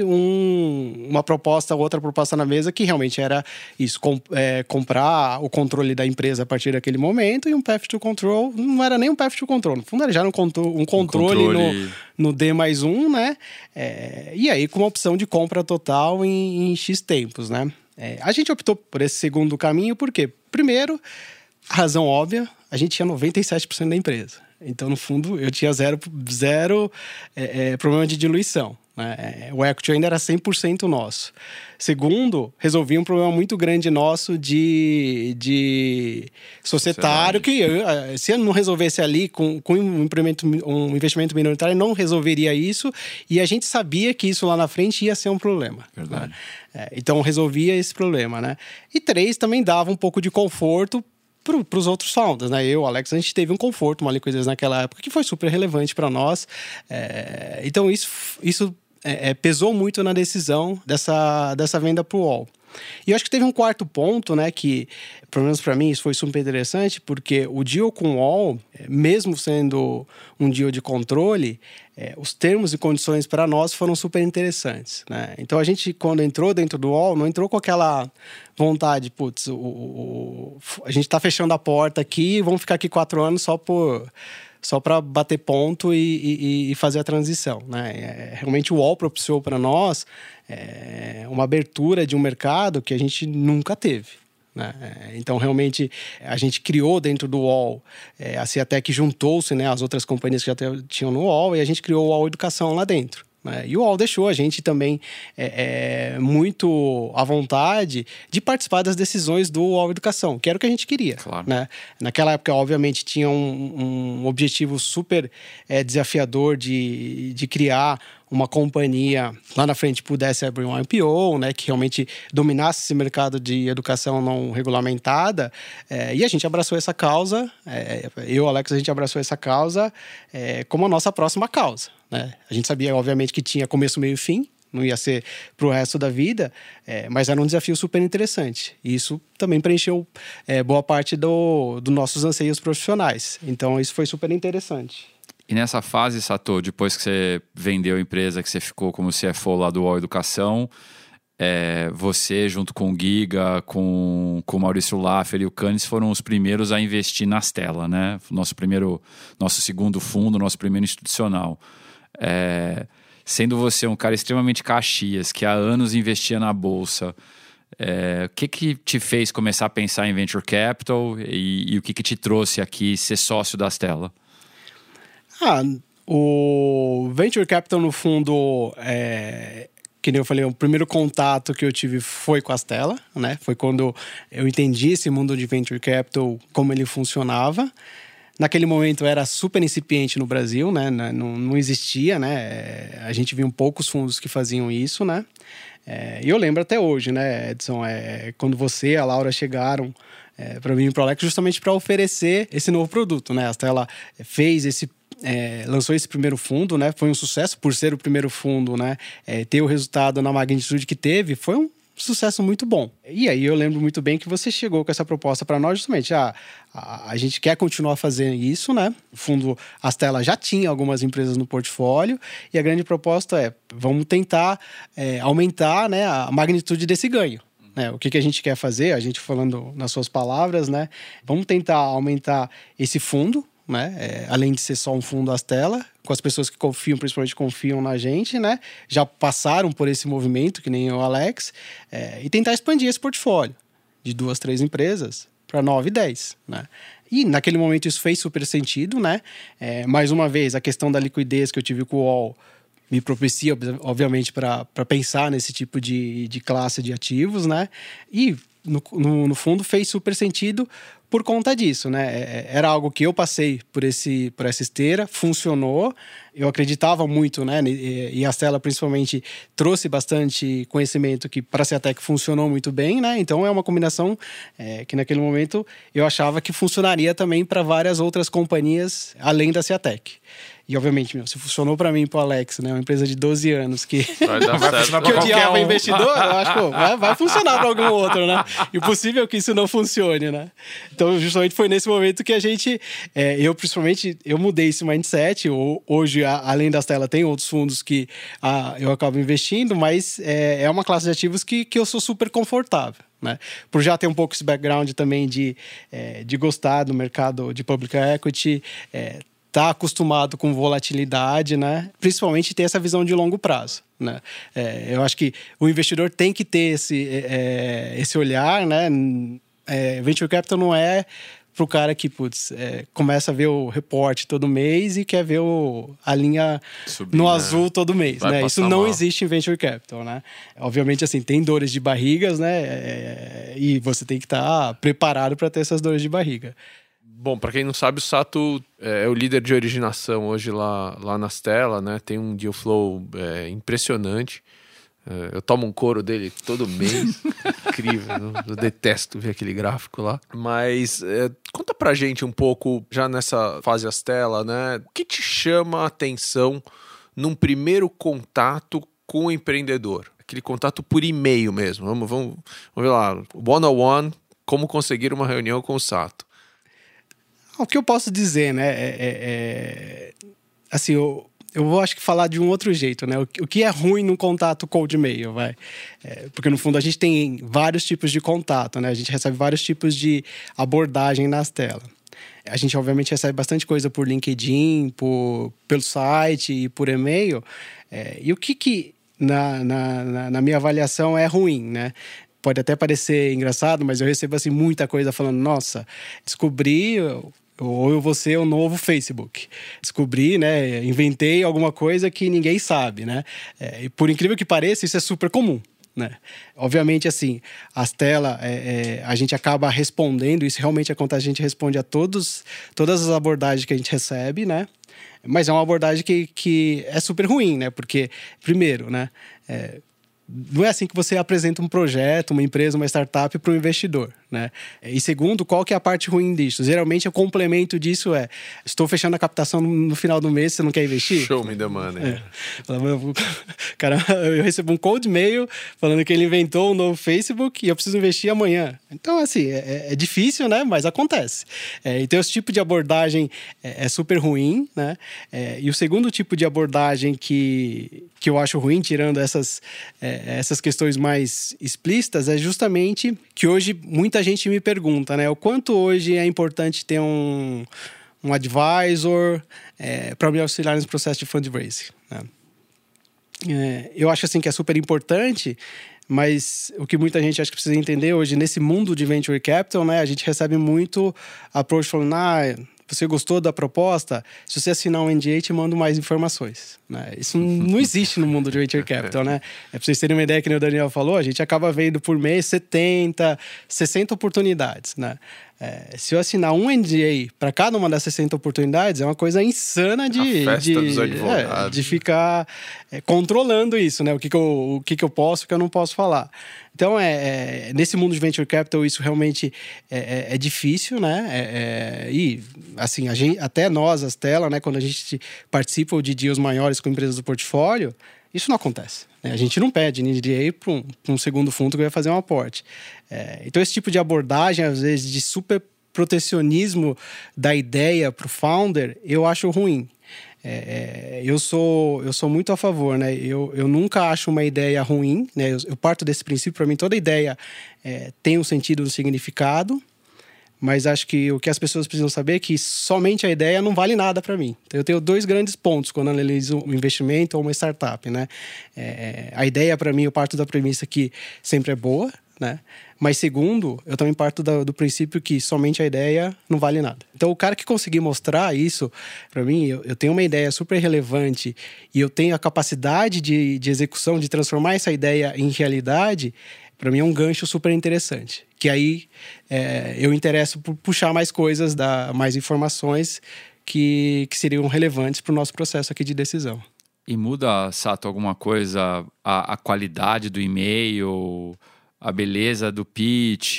um, uma proposta, outra proposta na mesa que realmente era isso, com, é, comprar o controle da empresa a partir daquele momento e um path to control, não era nem um path to control, no fundo era já um, contro- um controle, um controle... No, no D mais um, né? É, e aí com uma opção de compra total em, em X tempos, né? É, a gente optou por esse segundo caminho, por quê? Primeiro, a razão óbvia, a gente tinha noventa e sete por cento da empresa. Então, no fundo, eu tinha zero, zero é, é, problema de diluição. Né? O equity ainda era cem por cento nosso. Segundo, resolvi um problema muito grande nosso de, de societário, que se eu não resolvesse ali com, com um, um investimento minoritário, não resolveria isso, e a gente sabia que isso lá na frente ia ser um problema. Verdade. Né? É, então, resolvia esse problema. Né? E três, também dava um pouco de conforto para os outros founders, né? Eu, Alex, a gente teve um conforto, uma liquidez naquela época que foi super relevante para nós. É, então, isso, isso é, é, pesou muito na decisão dessa, dessa venda para o U O L. E eu acho que teve um quarto ponto, né, que, pelo menos para mim, isso foi super interessante, porque o deal com o U O L, mesmo sendo um deal de controle, é, os termos e condições para nós foram super interessantes, né? Então, a gente, quando entrou dentro do U O L, não entrou com aquela vontade, putz, o, o, a gente está fechando a porta aqui, vamos ficar aqui quatro anos só por... só para bater ponto e, e, e fazer a transição, né? É, realmente o U O L propiciou para nós é, uma abertura de um mercado que a gente nunca teve, né? Então, realmente, a gente criou dentro do U O L, é, a Ciatec juntou-se, né, às outras companhias que já tinham no U O L, e a gente criou o U O L Educação lá dentro. E o U O L deixou a gente também é, é, muito à vontade de participar das decisões do U O L Educação, que era o que a gente queria. Claro. Né? Naquela época, obviamente, tinha um, um objetivo super é, desafiador de, de criar uma companhia lá na frente pudesse abrir um I P O, né, que realmente dominasse esse mercado de educação não regulamentada, é, e a gente abraçou essa causa, é, eu e o Alex, a gente abraçou essa causa é, como a nossa próxima causa. Né? A gente sabia, obviamente, que tinha começo, meio e fim, não ia ser para o resto da vida, é, mas era um desafio super interessante. E isso também preencheu é, boa parte dos do nossos anseios profissionais. Então, isso foi super interessante. E nessa fase, Sato, depois que você vendeu a empresa, que você ficou como C F O lá do U O L Educação, é, você, junto com o Giga, com, com o Maurício Laffer e o Canis, foram os primeiros a investir na Stella, né? Nosso primeiro, nosso segundo fundo, nosso primeiro institucional. É, sendo você um cara extremamente caxias, que há anos investia na Bolsa, é, o que que te fez começar a pensar em Venture Capital e, e o que que te trouxe aqui ser sócio da Stella? Ah, o Venture Capital, no fundo, é, que nem eu falei, o primeiro contato que eu tive foi com a Stella, né? Foi quando eu entendi esse mundo de Venture Capital, como ele funcionava. Naquele momento era super incipiente no Brasil, né? Não, não existia, né? A gente viu poucos fundos que faziam isso, né? É, e eu lembro até hoje, né, Edson? É, quando você e a Laura chegaram é, para mim e para o Alex justamente para oferecer esse novo produto, né? A Stella fez esse É, lançou esse primeiro fundo, né? Foi um sucesso por ser o primeiro fundo, né? É, ter o resultado na magnitude que teve foi um, sucesso muito bom. E aí eu lembro muito bem que você chegou com essa proposta para nós justamente, ah, a, a gente quer continuar fazendo isso, né? No fundo, a Stella já tinha algumas empresas no portfólio e a grande proposta é, vamos tentar é, aumentar, né, a magnitude desse ganho. Né, o que, que a gente quer fazer, a gente falando nas suas palavras, né? Vamos tentar aumentar esse fundo, né? É, além de ser só um fundo Astela, com as pessoas que confiam, principalmente confiam na gente, né? Já passaram por esse movimento, que nem o Alex, é, e tentar expandir esse portfólio de duas, três empresas para nove, dez, né? E naquele momento isso fez super sentido, né? É, mais uma vez, a questão da liquidez que eu tive com o U O L me propicia, obviamente, para pensar nesse tipo de, de classe de ativos, né? E, no, no, no fundo, fez super sentido por conta disso, né? Era algo que eu passei por, esse, por essa esteira, funcionou, eu acreditava muito, né? E a Stella, principalmente, trouxe bastante conhecimento que para a Ciatec funcionou muito bem, né? Então, é uma combinação é, que, naquele momento, eu achava que funcionaria também para várias outras companhias, além da Ciatec. E, obviamente, meu, se funcionou para mim e pro Alex, né? Uma empresa de doze anos que, vai dar certo. que odiava um. investidor, eu acho que pô, vai, vai funcionar para algum outro, né? Impossível que isso não funcione, né? Então, justamente foi nesse momento que a gente... É, eu, principalmente, eu mudei esse mindset. Hoje, a, além da Stella, tem outros fundos que a, eu acabo investindo, mas é, é uma classe de ativos que, que eu sou super confortável. Né? Por já ter um pouco esse background também de, é, de gostar do mercado de public equity, é, tá acostumado com volatilidade, né? Principalmente ter essa visão de longo prazo, né? É, eu acho que o investidor tem que ter esse, é, esse olhar, né? É, venture capital não é pro cara que, putz, é, começa a ver o reporte todo mês e quer ver o, a linha Subir, no né? azul todo mês, Vai né? Isso não mal. existe em venture capital, né? Obviamente, assim, tem dores de barrigas, né? É, e você tem que estar tá preparado para ter essas dores de barriga. Bom, para quem não sabe, o Sato é o líder de originação hoje lá, lá na Stella, né? Tem um deal flow é, impressionante. É, eu tomo um couro dele todo mês. Incrível, eu, eu detesto ver aquele gráfico lá. Mas é, conta pra gente um pouco, já nessa fase Stella, né? O que te chama a atenção num primeiro contato com o empreendedor? Aquele contato por e-mail mesmo. Vamos, vamos, vamos ver lá, one-on-one, como conseguir uma reunião com o Sato. O que eu posso dizer, né, é, é, é, assim, eu, eu vou acho que falar de um outro jeito, né, o, o que é ruim no contato cold mail, vai, é, porque no fundo a gente tem vários tipos de contato, né, a gente recebe vários tipos de abordagem nas telas. A gente obviamente recebe bastante coisa por LinkedIn, por, pelo site e por e-mail, é, e o que que na, na, na minha avaliação é ruim, né? Pode até parecer engraçado, mas eu recebo assim muita coisa falando, nossa, descobri... ou eu vou ser o novo Facebook. Descobri, né, inventei alguma coisa que ninguém sabe, né? É, e por incrível que pareça, isso é super comum, né? Obviamente, assim, as telas, é, é, a gente acaba respondendo, isso realmente acontece, a gente responde a todos, todas as abordagens que a gente recebe, né? Mas é uma abordagem que, que é super ruim, né? Porque, primeiro, né, é, não é assim que você apresenta um projeto, uma empresa, uma startup para o investidor, né? E segundo, qual que é a parte ruim disso? Geralmente o complemento disso é, estou fechando a captação no final do mês, você não quer investir? Show me the money. É. Cara, eu recebo um cold mail falando que ele inventou um novo Facebook e eu preciso investir amanhã. Então, assim, é, é difícil, né? Mas acontece. É, então, esse tipo de abordagem é, é super ruim, né? É, e o segundo tipo de abordagem que, que eu acho ruim, tirando essas... É, essas questões mais explícitas, é justamente que hoje muita gente me pergunta, né? O quanto hoje é importante ter um, um advisor é, para me auxiliar nesse processo de fundraising, né? É, eu acho assim que é super importante, mas o que muita gente acha que precisa entender hoje, nesse mundo de venture capital, né? A gente recebe muito approach falando, ah, você gostou da proposta? Se você assinar um N D A, te mando mais informações, né? Isso não existe no mundo de venture capital, né? É para vocês terem uma ideia, que nem o Daniel falou, a gente acaba vendo por mês setenta, sessenta oportunidades, né? É, se eu assinar um N D A para cada uma das sessenta oportunidades, é uma coisa insana de, a festa de, dos advogados. É, de ficar é, controlando isso, né? O que, que, eu, o que, que eu posso e o que eu não posso falar. Então, é, é, nesse mundo de venture capital, isso realmente é, é, é difícil, né? É, é, e, assim, a gente, até nós, as telas, né? Quando a gente participa de deals maiores com empresas do portfólio, isso não acontece, A gente não pede N D A para um, um segundo fundo que vai fazer um aporte. É, então, esse tipo de abordagem, às vezes, de super protecionismo da ideia para o founder, eu acho ruim. É, eu, sou, eu sou muito a favor, né? Eu, eu nunca acho uma ideia ruim, né? Eu, eu parto desse princípio, para mim, toda ideia é, tem um sentido, um significado, mas acho que o que as pessoas precisam saber é que somente a ideia não vale nada para mim. Então, eu tenho dois grandes pontos quando analiso um investimento ou uma startup, né? É, a ideia, para mim, eu parto da premissa que sempre é boa, né? Mas segundo, eu também parto do, do princípio que somente a ideia não vale nada. Então, o cara que conseguir mostrar isso, para mim, eu, eu tenho uma ideia super relevante e eu tenho a capacidade de, de execução, de transformar essa ideia em realidade, para mim é um gancho super interessante. Que aí é, eu interesso por puxar mais coisas, dar mais informações que, que seriam relevantes para o nosso processo aqui de decisão. E muda, Sato, alguma coisa, a, a qualidade do e-mail, a beleza do pitch,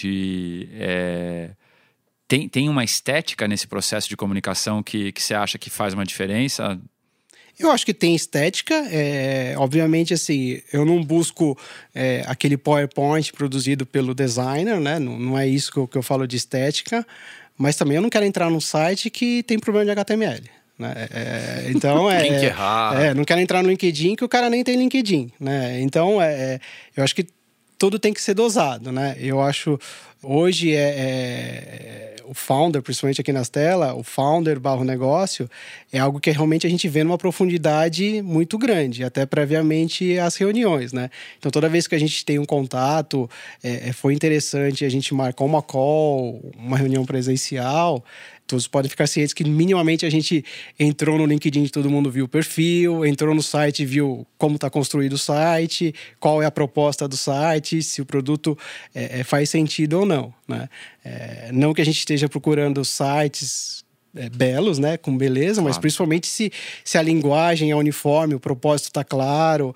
é... tem, tem uma estética nesse processo de comunicação que, que você acha que faz uma diferença? Eu acho que tem estética, é, obviamente, assim, eu não busco é, aquele PowerPoint produzido pelo designer, né? Não, não é isso que eu, que eu falo de estética, mas também eu não quero entrar num site que tem problema de H T M L. Né? É, então, é, Link errado. É, não quero entrar no LinkedIn que o cara nem tem LinkedIn, né? Então, é, eu acho que tudo tem que ser dosado, né? Eu acho, hoje, é, é, o founder, principalmente aqui nas telas, o founder barro negócio, é algo que realmente a gente vê numa profundidade muito grande, até previamente às reuniões, né? Então, toda vez que a gente tem um contato, é, foi interessante a gente marcar uma call, uma reunião presencial. Todos podem ficar cientes que minimamente a gente entrou no LinkedIn, todo mundo viu o perfil, entrou no site, viu como está construído o site, qual é a proposta do site, se o produto é, faz sentido ou não, né? É, não que a gente esteja procurando sites é, belos, né, com beleza, mas claro, principalmente se, se a linguagem é uniforme, o propósito está claro,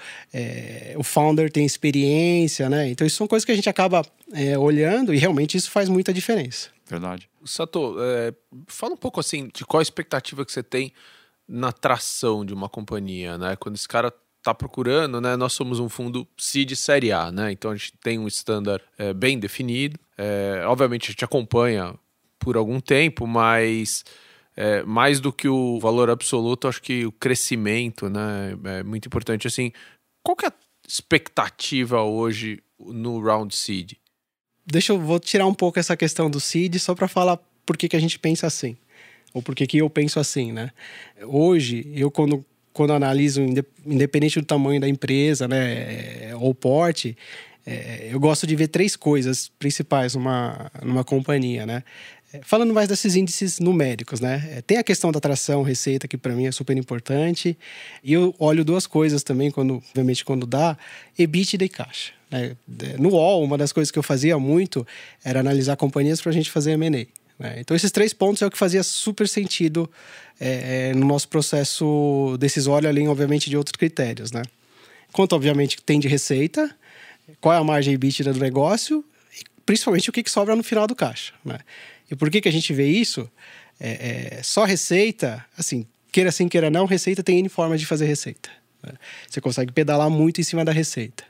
é, o founder tem experiência, né? Então, isso são coisas que a gente acaba é, olhando e realmente isso faz muita diferença. Verdade. Sato, é, fala um pouco assim de qual a expectativa que você tem na tração de uma companhia, né? Quando esse cara está procurando, né? Nós somos um fundo Seed Série A, né? Então a gente tem um standard é, bem definido. É, obviamente a gente acompanha por algum tempo, mas é, mais do que o valor absoluto, acho que o crescimento, né? É muito importante. Assim, qual que é a expectativa hoje no Round Seed? Deixa eu vou tirar um pouco essa questão do seed só para falar por que, que a gente pensa assim, ou por que, que eu penso assim, né? Hoje, eu quando, quando analiso, independente do tamanho da empresa, né, ou porte, é, eu gosto de ver três coisas principais numa, numa companhia, né? Falando mais desses índices numéricos, né? Tem a questão da atração, receita, que para mim é super importante. E eu olho duas coisas também, quando, obviamente, quando dá, EBITDA e caixa. Né? No U O L, uma das coisas que eu fazia muito era analisar companhias para a gente fazer M and A. Né? Então, esses três pontos é o que fazia super sentido é, no nosso processo decisório, além, obviamente, de outros critérios. Né? Quanto, obviamente, tem de receita, qual é a margem EBITDA do negócio e, principalmente, o que, que sobra no final do caixa. Né? E por que, que a gente vê isso? É, é, só receita, assim, queira sim, queira não, receita tem N formas de fazer receita. Né? Você consegue pedalar muito em cima da receita.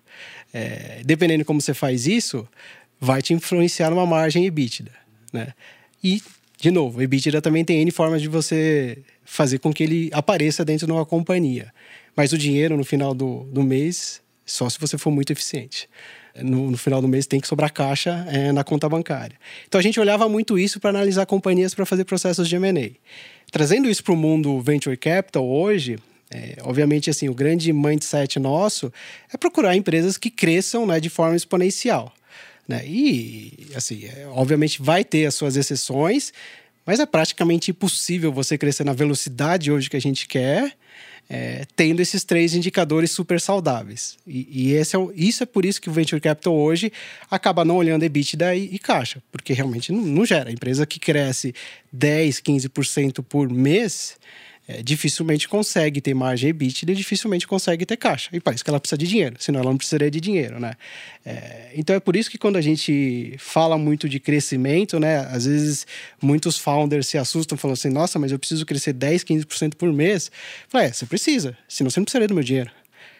É, dependendo de como você faz isso, vai te influenciar numa margem EBITDA. Né? E, de novo, EBITDA também tem N formas de você fazer com que ele apareça dentro de uma companhia. Mas o dinheiro, no final do, do mês, só se você for muito eficiente. No, no final do mês tem que sobrar caixa é, na conta bancária. Então a gente olhava muito isso para analisar companhias para fazer processos de M and A. Trazendo isso para o mundo Venture Capital hoje, é, obviamente assim, o grande mindset nosso é procurar empresas que cresçam, né, de forma exponencial. Né? E, assim, é, obviamente vai ter as suas exceções, mas é praticamente impossível você crescer na velocidade hoje que a gente quer, É, tendo esses três indicadores super saudáveis. E, e esse é o, isso é por isso que o Venture Capital hoje acaba não olhando EBITDA e, e caixa, porque realmente não, não gera. A empresa que cresce dez, quinze por cento por mês, é, dificilmente consegue ter margem EBITDA e dificilmente consegue ter caixa. E parece que ela precisa de dinheiro, senão ela não precisaria de dinheiro, né? É, então é por isso que quando a gente fala muito de crescimento, né? Às vezes muitos founders se assustam falando assim, nossa, mas eu preciso crescer dez, quinze por cento por mês. Fala, é, você precisa, senão você não precisaria do meu dinheiro.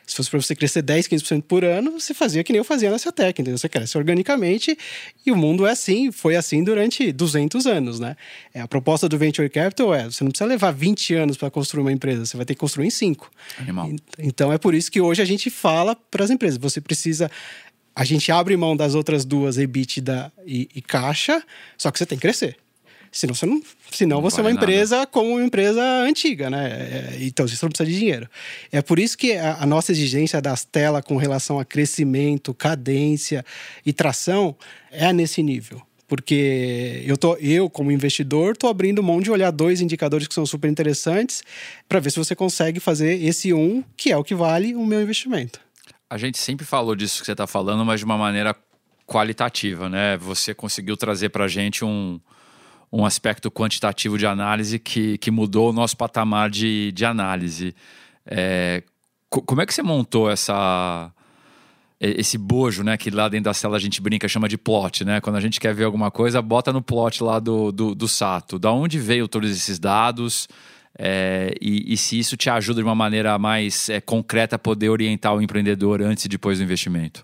Se fosse para você crescer dez, quinze por cento por ano, você fazia que nem eu fazia na Ciatec, entendeu? Você cresce organicamente e o mundo é assim, foi assim durante duzentos anos, né? A proposta do Venture Capital é, você não precisa levar vinte anos para construir uma empresa, você vai ter que construir em cinco. Animal. Então é por isso que hoje a gente fala para as empresas, você precisa... A gente abre mão das outras duas, EBITDA e, e caixa, só que você tem que crescer. Senão você, não, senão não você vale é uma empresa nada. como uma empresa antiga, né? É, então você não precisa de dinheiro. É por isso que a, a nossa exigência da Astela com relação a crescimento, cadência e tração é nesse nível. Porque eu, tô, eu como investidor, estou abrindo mão de olhar dois indicadores que são super interessantes para ver se você consegue fazer esse um, que é o que vale o meu investimento. A gente sempre falou disso que você está falando, mas de uma maneira qualitativa, né? Você conseguiu trazer para a gente um, um aspecto quantitativo de análise que, que mudou o nosso patamar de, de análise. É, co- como é que você montou essa, esse bojo, né? Que lá dentro da cela a gente brinca, chama de plot, né? Quando a gente quer ver alguma coisa, bota no plot lá do, do, do Sato. Da onde veio todos esses dados? É, e, e se isso te ajuda de uma maneira mais é, concreta a poder orientar o empreendedor antes e depois do investimento?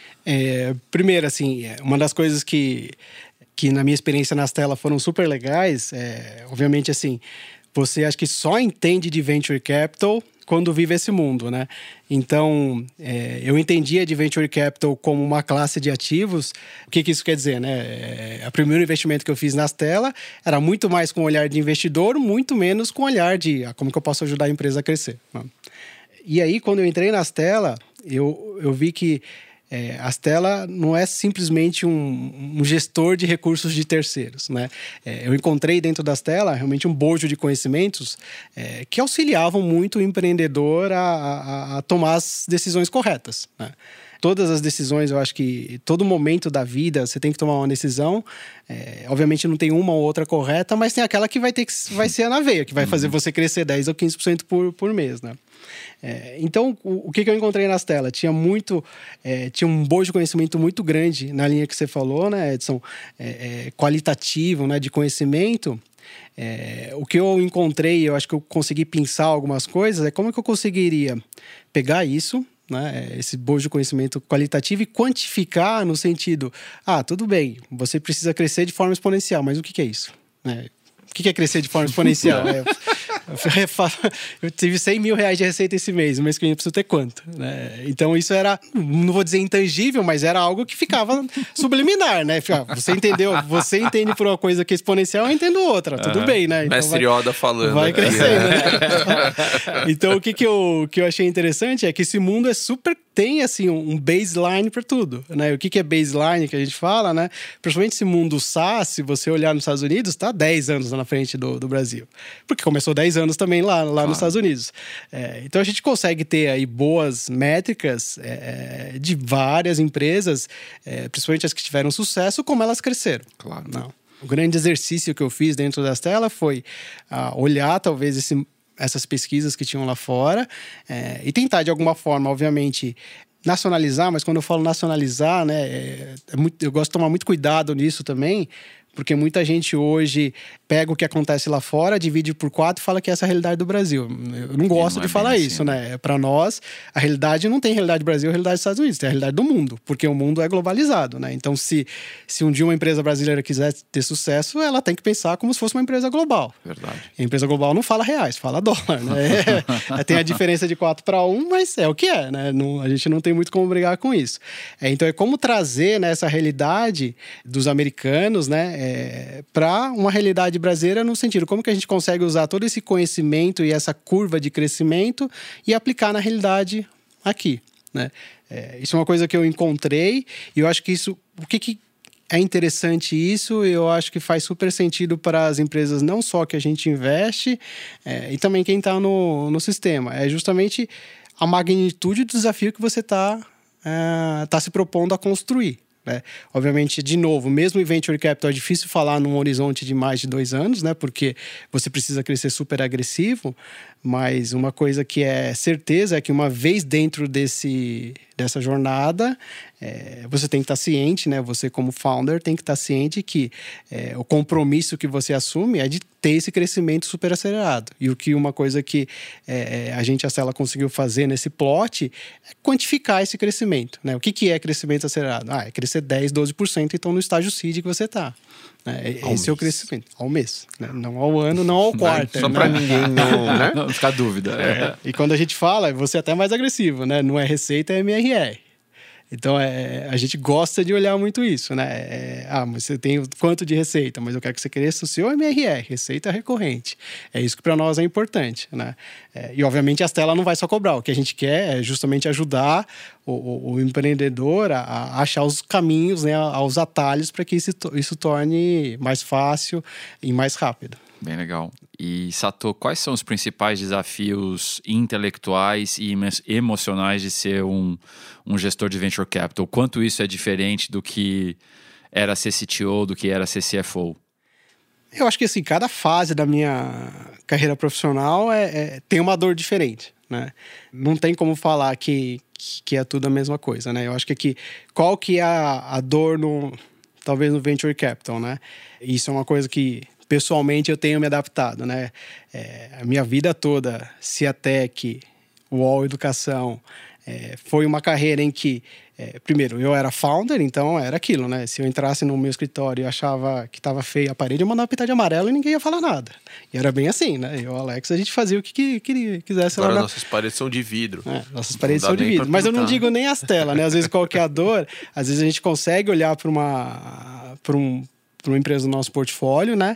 É, primeiro, assim, uma das coisas que, que na minha experiência nas telas foram super legais, é, obviamente, assim, você acha que só entende de Venture Capital quando vive esse mundo, né? Então, é, eu entendia de Venture Capital como uma classe de ativos. O que, que isso quer dizer, né? É, o primeiro investimento que eu fiz nas telas era muito mais com o olhar de investidor, muito menos com o olhar de ah, como que eu posso ajudar a empresa a crescer. Né? E aí, quando eu entrei nas telas, eu, eu vi que É, a Astela não é simplesmente um, um gestor de recursos de terceiros, né? É, eu encontrei dentro da Astela realmente um bojo de conhecimentos é, que auxiliavam muito o empreendedor a, a, a tomar as decisões corretas, né? Todas as decisões, eu acho que todo momento da vida você tem que tomar uma decisão. É, obviamente não tem uma ou outra correta, mas tem aquela que vai ter que vai ser na veia, que vai fazer você crescer dez ou quinze por cento por, por mês, né? É, então, o, o que, que eu encontrei nas telas? Tinha muito, é, tinha um bojo de conhecimento muito grande na linha que você falou, né, Edson? É, é, qualitativo, né, de conhecimento. É, o que eu encontrei, eu acho que eu consegui pensar algumas coisas, é como que eu conseguiria pegar isso, né, esse bojo de conhecimento qualitativo e quantificar no sentido, ah, tudo bem, você precisa crescer de forma exponencial, mas o que, que é isso? É, o que, que é crescer de forma exponencial? é, eu tive cem mil reais de receita esse mês, o mês que vem eu preciso ter quanto? Né? Então isso era, não vou dizer intangível, mas era algo que ficava subliminar, né? Você entendeu? Você entende por uma coisa que é exponencial, eu entendo outra, tudo uhum. bem, né? Então Mestre vai, Yoda falando. Vai crescendo, né? Então o que, que, eu, que eu achei interessante é que esse mundo é super, tem assim um baseline para tudo, né? O que, que é baseline que a gente fala, né? Principalmente esse mundo SaaS, se você olhar nos Estados Unidos, está dez anos na frente do, do Brasil. Porque começou dez anos também lá, lá claro. nos Estados Unidos. É, então a gente consegue ter aí boas métricas é, de várias empresas, é, principalmente as que tiveram sucesso, como elas cresceram. Claro. Não. O grande exercício que eu fiz dentro das telas foi ah, olhar talvez esse, essas pesquisas que tinham lá fora é, e tentar de alguma forma, obviamente, nacionalizar, mas quando eu falo nacionalizar, né, é, é muito, eu gosto de tomar muito cuidado nisso também, porque muita gente hoje pega o que acontece lá fora, divide por quatro e fala que essa é a realidade do Brasil. Eu não gosto não de é falar assim, isso, né? Para nós, a realidade não tem realidade do Brasil, a realidade dos Estados Unidos, tem a realidade do mundo, porque o mundo é globalizado, né? Então, se, se um dia uma empresa brasileira quiser ter sucesso, ela tem que pensar como se fosse uma empresa global. Verdade. A empresa global não fala reais, fala dólar, né? É, tem a diferença de quatro para um, mas é o que é, né? Não, a gente não tem muito como brigar com isso. É, então, é como trazer, né, essa realidade dos americanos, né, é, para uma realidade brasileira no sentido, como que a gente consegue usar todo esse conhecimento e essa curva de crescimento e aplicar na realidade aqui, né? É, isso é uma coisa que eu encontrei e eu acho que isso... O que que é interessante isso? Eu acho que faz super sentido para as empresas, não só que a gente investe, é, e também quem está no, no sistema. É justamente a magnitude do desafio que você está é, tá se propondo a construir. É, obviamente, de novo, mesmo em Venture Capital é difícil falar num horizonte de mais de dois anos, né? Porque você precisa crescer super agressivo, mas uma coisa que é certeza é que uma vez dentro desse, dessa jornada, é, você tem que estar ciente, né? Você como founder tem que estar ciente que é, o compromisso que você assume é de ter esse crescimento super acelerado. E o que uma coisa que é, a gente, a Stella, conseguiu fazer nesse plot é quantificar esse crescimento, né? O que, que é crescimento acelerado? Ah, é crescer dez, doze por cento então no estágio seed que você está. É, esse mês. É o crescimento, ao mês, né? Não ao ano, não ao quarto. Só né? para ninguém não, né? Não ficar dúvida. É. E quando a gente fala, você é até mais agressivo, né? Não é receita, é M R R. Então, é, a gente gosta de olhar muito isso, né? É, ah, mas você tem quanto de receita? Mas eu quero que você cresça o seu M R R, receita recorrente. É isso que para nós é importante, né? É, e, obviamente, a Stella não vai só cobrar. O que a gente quer é justamente ajudar o, o, o empreendedor a, a achar os caminhos, né? Aos atalhos para que isso, isso torne mais fácil e mais rápido. Bem legal. E, Sato, quais são os principais desafios intelectuais e emocionais de ser um, um gestor de venture capital? Quanto isso é diferente do que era ser C T O, do que era ser C F O? Eu acho que, assim, cada fase da minha carreira profissional é, é, tem uma dor diferente, né? Não tem como falar que, que é tudo a mesma coisa, né? Eu acho que aqui, qual que é a, a dor no, talvez no venture capital, né? Isso é uma coisa que pessoalmente eu tenho me adaptado, né? É, a minha vida toda, Ciatec, U O L Educação, é, foi uma carreira em que, é, primeiro, eu era founder, então era aquilo, né? Se eu entrasse no meu escritório e achava que estava feia a parede, eu mandava pintar de amarelo e ninguém ia falar nada. E era bem assim, né? Eu e o Alex, a gente fazia o que, que, que quisesse. Agora lá. nossas paredes são de vidro. É, nossas paredes são de vidro. Mas eu não digo nem as telas, né? Às vezes qualquer dor, às vezes a gente consegue olhar para uma... para um para uma empresa do nosso portfólio, né?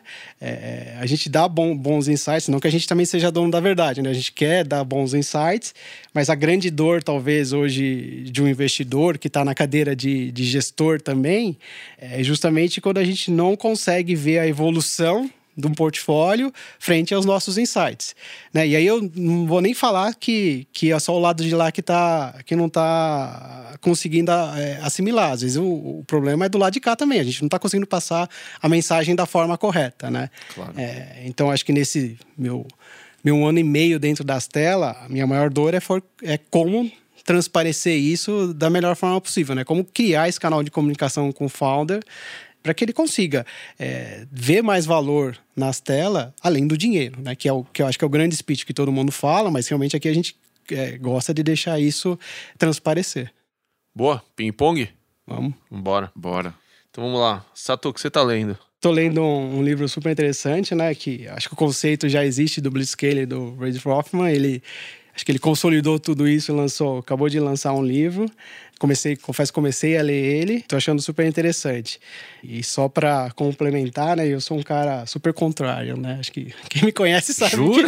É, a gente dá bom, bons insights, não que a gente também seja dono da verdade, né? A gente quer dar bons insights, mas a grande dor, talvez, hoje, de um investidor que está na cadeira de, de gestor também, é justamente quando a gente não consegue ver a evolução de um portfólio frente aos nossos insights, né? E aí eu não vou nem falar que, que é só o lado de lá que, tá, que não está conseguindo é, assimilar. Às vezes o, o problema é do lado de cá também. A gente não está conseguindo passar a mensagem da forma correta, né? Claro. É, então, acho que nesse meu, meu ano e meio dentro das telas, a minha maior dor é, for, é como transparecer isso da melhor forma possível, né? Como criar esse canal de comunicação com o founder para que ele consiga é, ver mais valor nas telas, além do dinheiro, né? Que, é o, que eu acho que é o grande speech que todo mundo fala, mas realmente aqui a gente é, gosta de deixar isso transparecer. Boa, ping-pong? Vamos. Bora. Bora. Então vamos lá. Sato, o que você tá lendo? Tô lendo um, um livro super interessante, né? Que acho que o conceito já existe do Blitzscaler, do Reid Hoffman. Ele, acho que ele consolidou tudo isso e lançou, acabou de lançar um livro. Comecei, confesso que comecei a ler ele, tô achando super interessante. E só para complementar, né, eu sou um cara super contrário, né? Acho que quem me conhece sabe. Jura?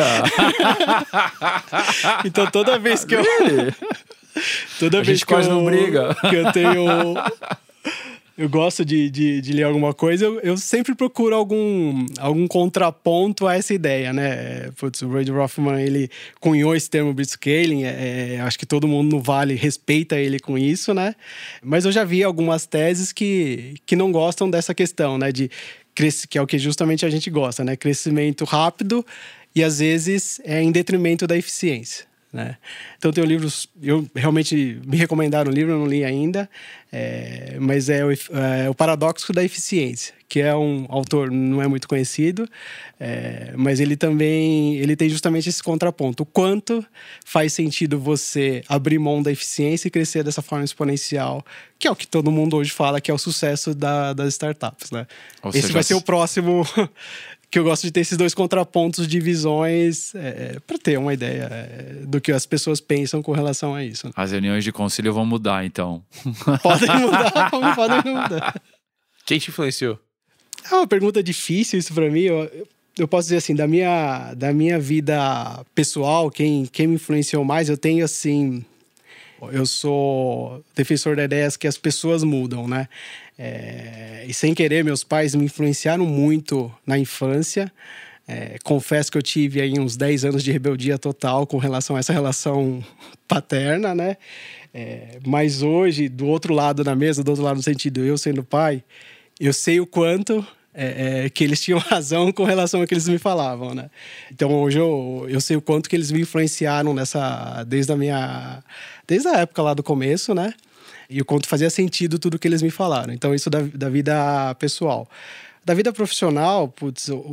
Que... Então toda vez que eu toda a vez gente que quase eu não briga. que eu tenho eu gosto de, de, de ler alguma coisa, eu, eu sempre procuro algum, algum contraponto a essa ideia, né? Putz, o Reid Hoffman, ele cunhou esse termo blitzscaling, é, é, acho que todo mundo no Vale respeita ele com isso, né? Mas eu já vi algumas teses que, que não gostam dessa questão, né? De crescer, que é o que justamente a gente gosta, né? Crescimento rápido e, às vezes, é em detrimento da eficiência. Né? Então tem um livro, eu realmente me recomendaram o livro, eu não li ainda, é, mas é o, é o Paradoxo da Eficiência, que é um autor, não é muito conhecido, é, mas ele também ele tem justamente esse contraponto, o quanto faz sentido você abrir mão da eficiência e crescer dessa forma exponencial, que é o que todo mundo hoje fala que é o sucesso da, das startups, né? Esse seja, vai ser o próximo... que eu gosto de ter esses dois contrapontos de visões é, para ter uma ideia é, do que as pessoas pensam com relação a isso. As reuniões de conselho vão mudar, então. Podem mudar, podem mudar. Quem te influenciou? É uma pergunta difícil isso para mim. Eu, eu posso dizer assim, da minha, da minha vida pessoal, quem, quem me influenciou mais, eu tenho assim... Eu sou defensor da ideia que as pessoas mudam, né? É, e sem querer, meus pais me influenciaram muito na infância. É, confesso que eu tive aí uns dez anos de rebeldia total com relação a essa relação paterna, né? É, mas hoje, do outro lado da mesa, do outro lado do sentido, eu sendo pai, eu sei o quanto... É, é, que eles tinham razão com relação ao que eles me falavam, né? Então hoje eu, eu sei o quanto que eles me influenciaram nessa, desde a minha, desde a época lá do começo, né? E o quanto fazia sentido tudo que eles me falaram. Então isso da, da vida pessoal. Da vida profissional, putz, o,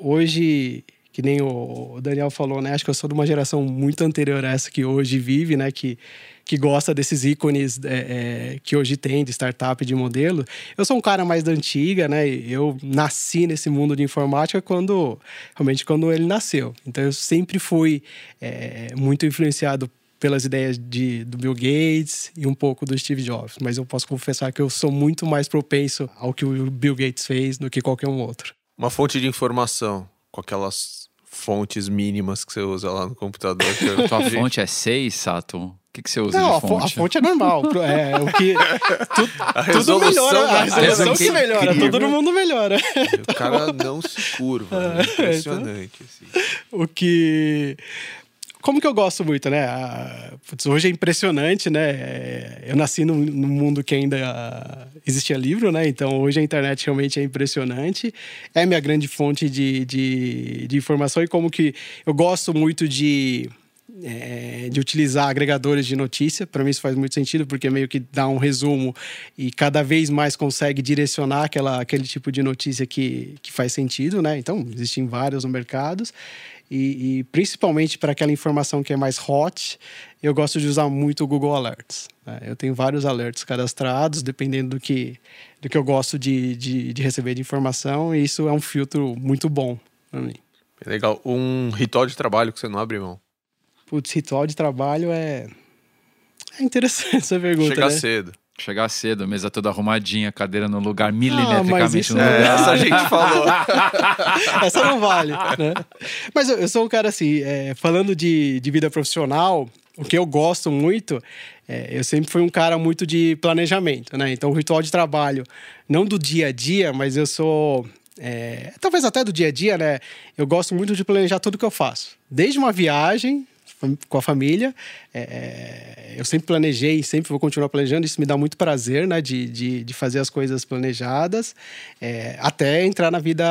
hoje, que nem o Daniel falou, né? Acho que eu sou de uma geração muito anterior a essa que hoje vive, né? Que, que gosta desses ícones é, é, que hoje tem de startup, de modelo. Eu sou um cara mais da antiga, né? Eu nasci nesse mundo de informática quando, realmente, quando ele nasceu. Então, eu sempre fui é, muito influenciado pelas ideias de, do Bill Gates e um pouco do Steve Jobs. Mas eu posso confessar que eu sou muito mais propenso ao que o Bill Gates fez do que qualquer um outro. Uma fonte de informação, com aquelas fontes mínimas que você usa lá no computador. A tua fonte é seis, Sato? O que, que você usa Não, de a fonte? A fonte é normal. É, o que, tu, a tudo melhora. A resolução é que melhora. incrível. Todo mundo melhora. O cara não se curva. É impressionante. Assim. O que... Como que eu gosto muito, né? Ah, putz, hoje é impressionante, né? Eu nasci num, num mundo que ainda existia livro, né? Então, hoje a internet realmente é impressionante. É minha grande fonte de, de, de informação. E como que eu gosto muito de, é, de utilizar agregadores de notícia. Para mim isso faz muito sentido, porque meio que dá um resumo e cada vez mais consegue direcionar aquela, aquele tipo de notícia que, que faz sentido, né? Então, existem vários no mercado. E, e principalmente para aquela informação que é mais hot, eu gosto de usar muito o Google Alerts. Né? Eu tenho vários alerts cadastrados, dependendo do que, do que eu gosto de, de, de receber de informação, e isso é um filtro muito bom para mim. Legal. Um ritual de trabalho que você não abre mão? Putz, ritual de trabalho é... É interessante essa pergunta, Chegar né? cedo. Chegar cedo, mesa toda arrumadinha, cadeira no lugar, milimetricamente isso no é- lugar. É, essa a gente falou. Essa não vale, né? Mas eu, eu sou um cara assim, é, falando de, de vida profissional, o que eu gosto muito, é, eu sempre fui um cara muito de planejamento, né? Então, o ritual de trabalho, não do dia a dia, mas eu sou... É, talvez até do dia a dia, né? Eu gosto muito de planejar tudo que eu faço. Desde uma viagem com a família, é, eu sempre planejei, sempre vou continuar planejando, isso me dá muito prazer, né, de, de, de fazer as coisas planejadas, é, até entrar na vida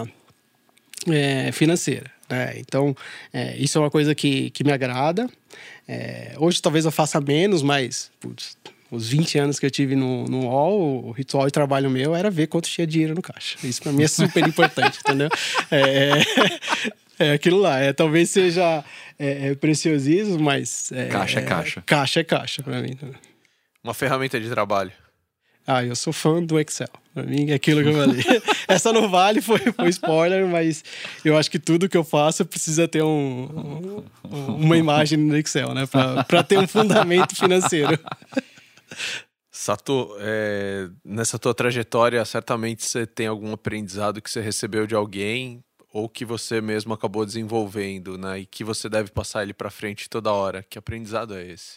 é, financeira, né? Então, é, isso é uma coisa que, que me agrada. É, hoje talvez eu faça menos, mas putz, os vinte anos que eu tive no, no U O L, o ritual de trabalho meu era ver quanto tinha dinheiro no caixa. Isso para mim é super importante, entendeu? É, é aquilo lá. É, talvez seja é, é preciosismo, mas... É, Caixa é caixa. Caixa é caixa para mim. Uma ferramenta de trabalho. Ah, eu sou fã do Excel. Pra mim é aquilo que eu falei. Essa não vale, foi, foi spoiler, mas eu acho que tudo que eu faço precisa ter um, um, uma imagem no Excel, né? Pra, pra ter um fundamento financeiro. Sato, é, nessa tua trajetória, certamente você tem algum aprendizado que você recebeu de alguém ou que você mesmo acabou desenvolvendo, né? E que você deve passar ele pra frente toda hora. Que aprendizado é esse?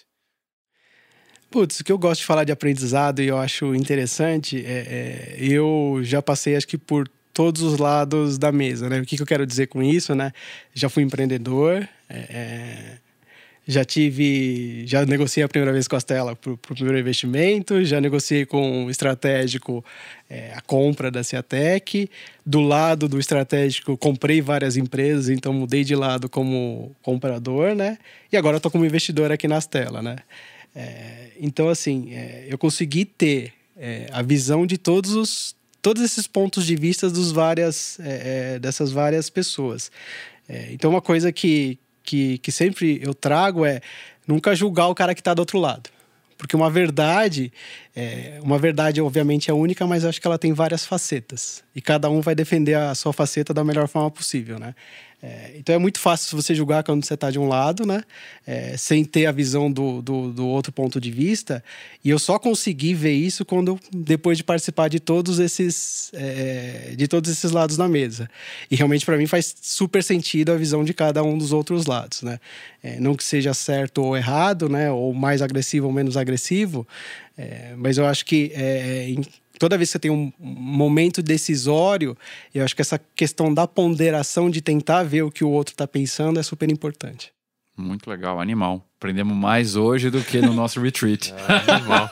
Putz, o que eu gosto de falar de aprendizado e eu acho interessante é, é eu já passei, acho que por todos os lados da mesa, né? O que, que eu quero dizer com isso, né? Já fui empreendedor, é, é, já tive, já negociei a primeira vez com a Stella para o primeiro investimento, já negociei com o estratégico é, a compra da Ciatec. Do lado do estratégico, comprei várias empresas, então mudei de lado como comprador, né? E agora estou como investidor aqui na Stella, né? É, então, assim, é, eu consegui ter é, a visão de todos os todos esses pontos de vista dos várias, é, dessas várias pessoas. É, então, uma coisa que, que, que sempre eu trago é nunca julgar o cara que está do outro lado. Porque uma verdade, é, uma verdade obviamente é única, mas eu acho que ela tem várias facetas. E cada um vai defender a sua faceta da melhor forma possível, né? É, então é muito fácil você julgar quando você está de um lado, né? É, sem ter a visão do, do, do outro ponto de vista. E eu só consegui ver isso quando eu, depois de participar de todos esses, é, de todos esses lados na mesa. E realmente para mim faz super sentido a visão de cada um dos outros lados, né? É, não que seja certo ou errado, né? Ou mais agressivo ou menos agressivo. É, mas eu acho que é, em, toda vez que você tem um momento decisório, eu acho que essa questão da ponderação de tentar ver o que o outro está pensando é super importante. Muito legal, animal. Aprendemos mais hoje do que no nosso retreat. É, animal.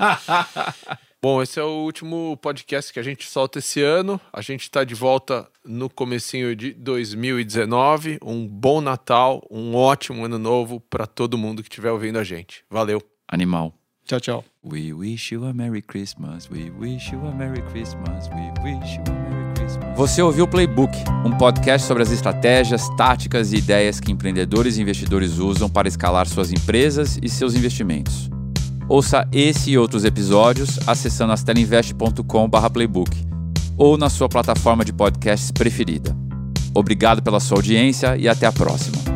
Bom, esse é o último podcast que a gente solta esse ano. A gente está de volta no comecinho de dois mil e dezenove. Um bom Natal, um ótimo ano novo para todo mundo que estiver ouvindo a gente. Valeu. Animal. Tchau, tchau. We wish you a Merry Christmas. We wish you a Merry Christmas. We wish you a Merry Christmas. próxima. Você ouviu o Playbook, um podcast sobre as estratégias, táticas e ideias que empreendedores e investidores usam para escalar suas empresas e seus investimentos. Ouça esse e outros episódios acessando astelinvest ponto com barra playbook ou na sua plataforma de podcasts preferida. Obrigado pela sua audiência e até a próxima.